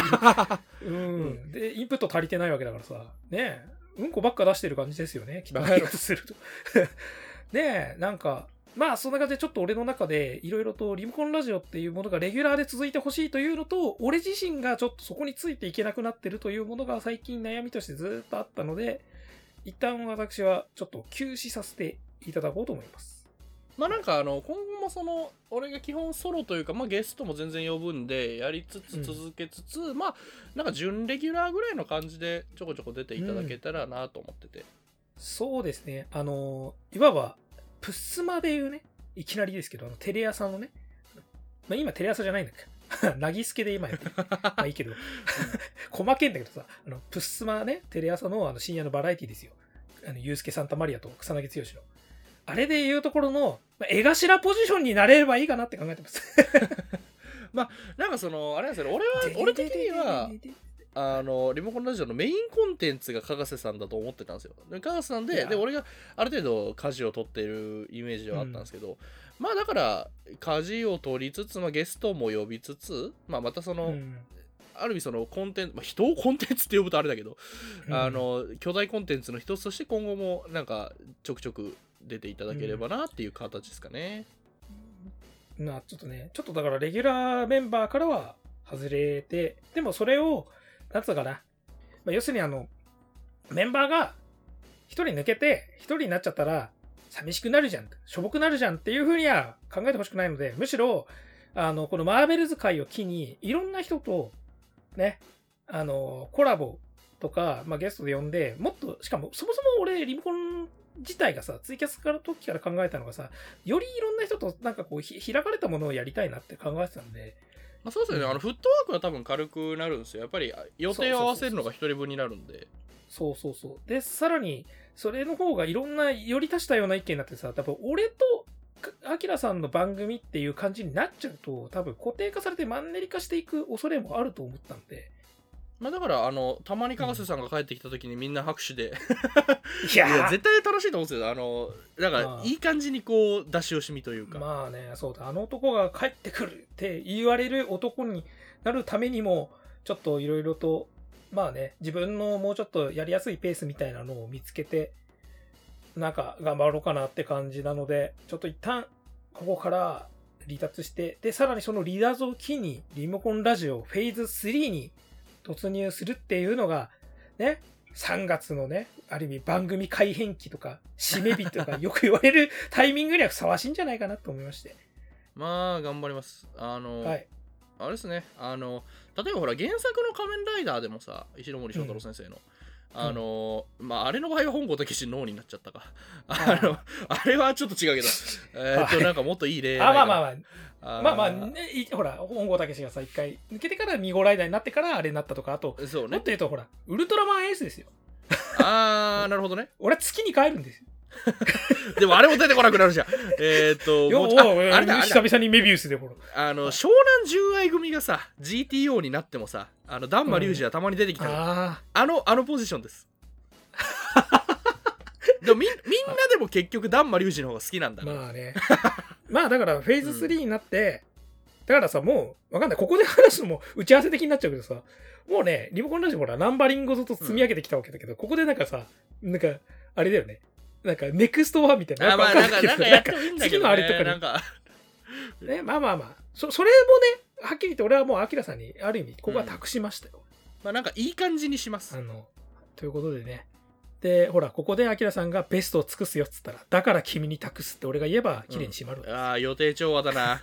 うん。で、インプット足りてないわけだからさ、ねえ、うんこばっか出してる感じですよね、きっと。すると。ねえ、なんか、 まあそんな感じでちょっと俺の中でいろいろとリモコンラジオっていうものがレギュラーで続いてほしいというのと、俺自身がちょっとそこについていけなくなってるというものが最近悩みとしてずっとあったので、一旦私はちょっと休止させていただこうと思います。 まあなんかあの今後もその俺が基本ソロというか、まあゲストも全然呼ぶんでやりつつ続けつつ、うん、まあなんか準レギュラーぐらいの感じでちょこちょこ出ていただけたらなと思ってて、うん、 そうですね。あのいわばプッスマでいうね、いきなりですけど、あのテレ朝のね、まあ今テレ朝じゃないんだっけなぎすけで今やってるまあいいけど細けんだけどさ、あのプッスマね、テレ朝のあの深夜のバラエティですよ。あのユースケ・サンタマリアと草薙剛のあれでいうところの絵頭ポジションになれればいいかなって考えてますまあなんかそのあれなんですよ、俺は俺的にはあのリモコンラジオのメインコンテンツがかがせさんだと思ってたんですよ。でかがせさんでで俺がある程度舵を取っているイメージはあったんですけど、うん、まあだから舵を取りつつ、まあ、ゲストも呼びつつ、まあ、またその、うん、ある意味そのコンテンツ、まあ、人をコンテンツって呼ぶとあれだけど、うん、あの巨大コンテンツの一つとして今後もなんかちょくちょく出ていただければなっていう形ですかね。 うん、まあちょっとね、ちょっとだからレギュラーメンバーからは外れて、でもそれをなんつうかな、まあ、要するにあのメンバーが一人抜けて一人になっちゃったら寂しくなるじゃん、しょぼくなるじゃんっていう風には考えてほしくないので、むしろあのこのマーベルズ界を機にいろんな人とね、あのコラボとか、まあ、ゲストで呼んで、もっとしかもそもそも俺リモコン自体がさ、ツイキャスから時から考えたのがさ、よりいろんな人となんかこう開かれたものをやりたいなって考えてたんで、 まあ、そうですよね、うん、あのフットワークは多分軽くなるんですよ。やっぱり予定を合わせるのが一人分になるんで。 そうそうそう。で、さらにそれの方がいろんなより足したような意見になってさ、多分俺とアキラさんの番組っていう感じになっちゃうと、多分固定化されてマンネリ化していく恐れもあると思ったんで。 まあだからあのたまにかがせさんが帰ってきた時にみんな拍手で、うん、 いやいや絶対楽しいと思うんですよ。あのなんかいい感じにこう出し惜しみというか、 まあね、そうだ、あの男が帰ってくるって言われる男になるためにもちょっといろいろとまあね、自分のもうちょっとやりやすいペースみたいなのを見つけてなんか頑張ろうかなって感じなので、ちょっと一旦ここから離脱して、でさらにその離脱を機にリモコンラジオフェーズスリーに突入するっていうのがね、さんがつのね、ある意味番組改編期とか締め日とかよく言われるタイミングにはふさわしいんじゃないかなと思いまして。 まあ頑張ります。あの、 はい、 あれですね、あの例えばほら原作の仮面ライダーでもさ、石ノ森章太郎先生の、うん、あのまああれの場合は本郷武史脳になっちゃったか、あのあれはちょっと違うけど、えー、っとなんかもっといい例あまあまあまああまあまあ、ね、ほら本郷武史がさ一回抜けてからミゴライダーになってからあれになったとか、あとそう、ね、 もっと言うとほらウルトラマンエースですよ。 ああなるほどね。 俺は月に帰るんですよ。 でもあれも出てこなくなるじゃん。えーっともうあれだ久々にメビウスでほらあの湘南純愛組がさ ジーティーオー になってもさ、あのダンマリュウジはたまに出てきた、うん、あ, あのあのポジションです。でもみ, みんなでも結局ダンマリュウジの方が好きなんだから。 まあね。まあだからフェーズスリーになって、うん、だからさもうわかんない、ここで話すのも打ち合わせ的になっちゃうけどさ、もうねリモコンラジオほらナンバリングずっと積み上げてきたわけだけど、うん、ここでなんかさなんかあれだよね。なんかネクストワンみたいな。 あまあなんかなんかやってもいいんだけどね。次のあれとかに。なんかね、まあまあまあ。そ, それもね、はっきり言って俺はもうアキラさんにある意味ここは託しましたよ。うん、 まあなんかいい感じにします。 あのということでね。でほらここでアキラさんがベストを尽くすよっつったら、だから君に託すって俺が言えば綺麗に締まる、 うん、ああ予定調和だな。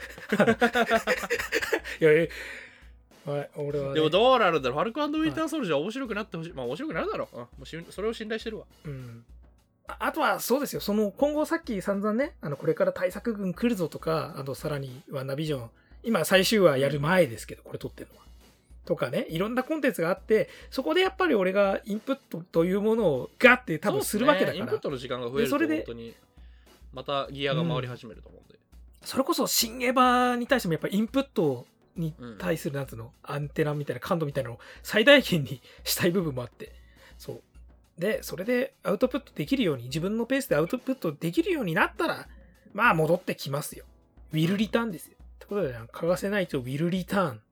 いやいや、はい、俺は、ね、 でもどうなるんだろう。ファルコ&ウィンターソルジャー面白くなってほしい。まあ面白くなるだろう。うん、もうしそれを信頼してるわ。 うん。あとはそうですよ、その今後さっき散々ね、あのこれから対策軍来るぞとか、あとさらにワンダービジョン、今最終話やる前ですけど、これ撮ってるのはとかね、いろんなコンテンツがあって、そこでやっぱり俺がインプットというものをガッて多分するわけだから、ね、 インプットの時間が増えると本当にまたギアが回り始めると思うんで、うん、 それこそ新エヴァに対してもやっぱりインプットに対するなんつうの、アンテナみたいな感度みたいなのを最大限にしたい部分もあって、そうでそれでアウトプットできるように、自分のペースでアウトプットできるようになったら、まあ戻ってきますよ。ウィルリターンですよ。ということで、欠かせないとウィルリターン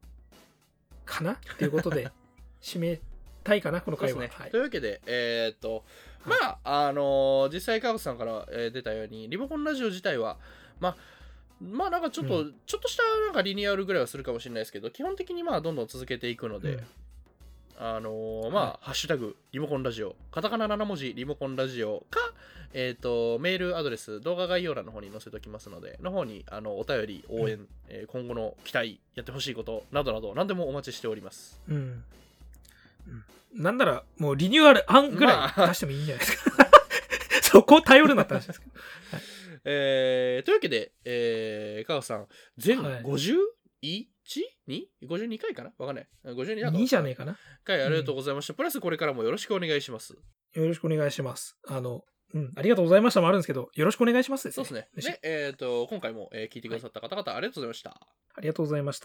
かなということで締めたいかなこの回は、 ね、はい、というわけで、えー、っとまああのー、実際川口さんから、えー、出たようにリモコンラジオ自体はまあまあなんかちょっと、うん、ちょっとしたなんかリニューアルぐらいはするかもしれないですけど、基本的にまあどんどん続けていくので、うん、あのー、まあ、はい、ハッシュタグリモコンラジオ、カタカナなな文字リモコンラジオか、えっ、ー、とメールアドレス動画概要欄の方に載せておきますので、の方にあのお便り応援、うん、えー、今後の期待やってほしいことなどなど何でもお待ちしております。 うん。うん、なんならもうリニューアル案ぐらい出してもいいんじゃないですか。まあ、そこを頼るなって話ですけど。はい、 えー、というわけで、えー、川口さん全ごじゅういち、に ごじゅうにかいかなわかんない。ごじゅうにだと。 にじゃねえかな。 回ありがとうございました、うん。プラスこれからもよろしくお願いします。 よろしくお願いします。あの、うん、ありがとうございましたもあるんですけど、よろしくお願いしますですね。 そうですね。で、えっ、ー、と、今回も、えー、聞いてくださった方々、はい、ありがとうございました。 ありがとうございました。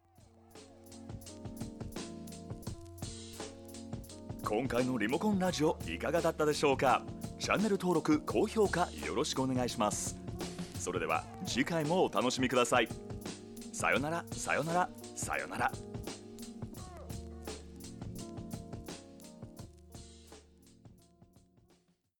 今回のリモコンラジオいかがだったでしょうか。チャンネル登録、高評価よろしくお願いします。それでは次回もお楽しみください。さよなら、さよなら、さよなら。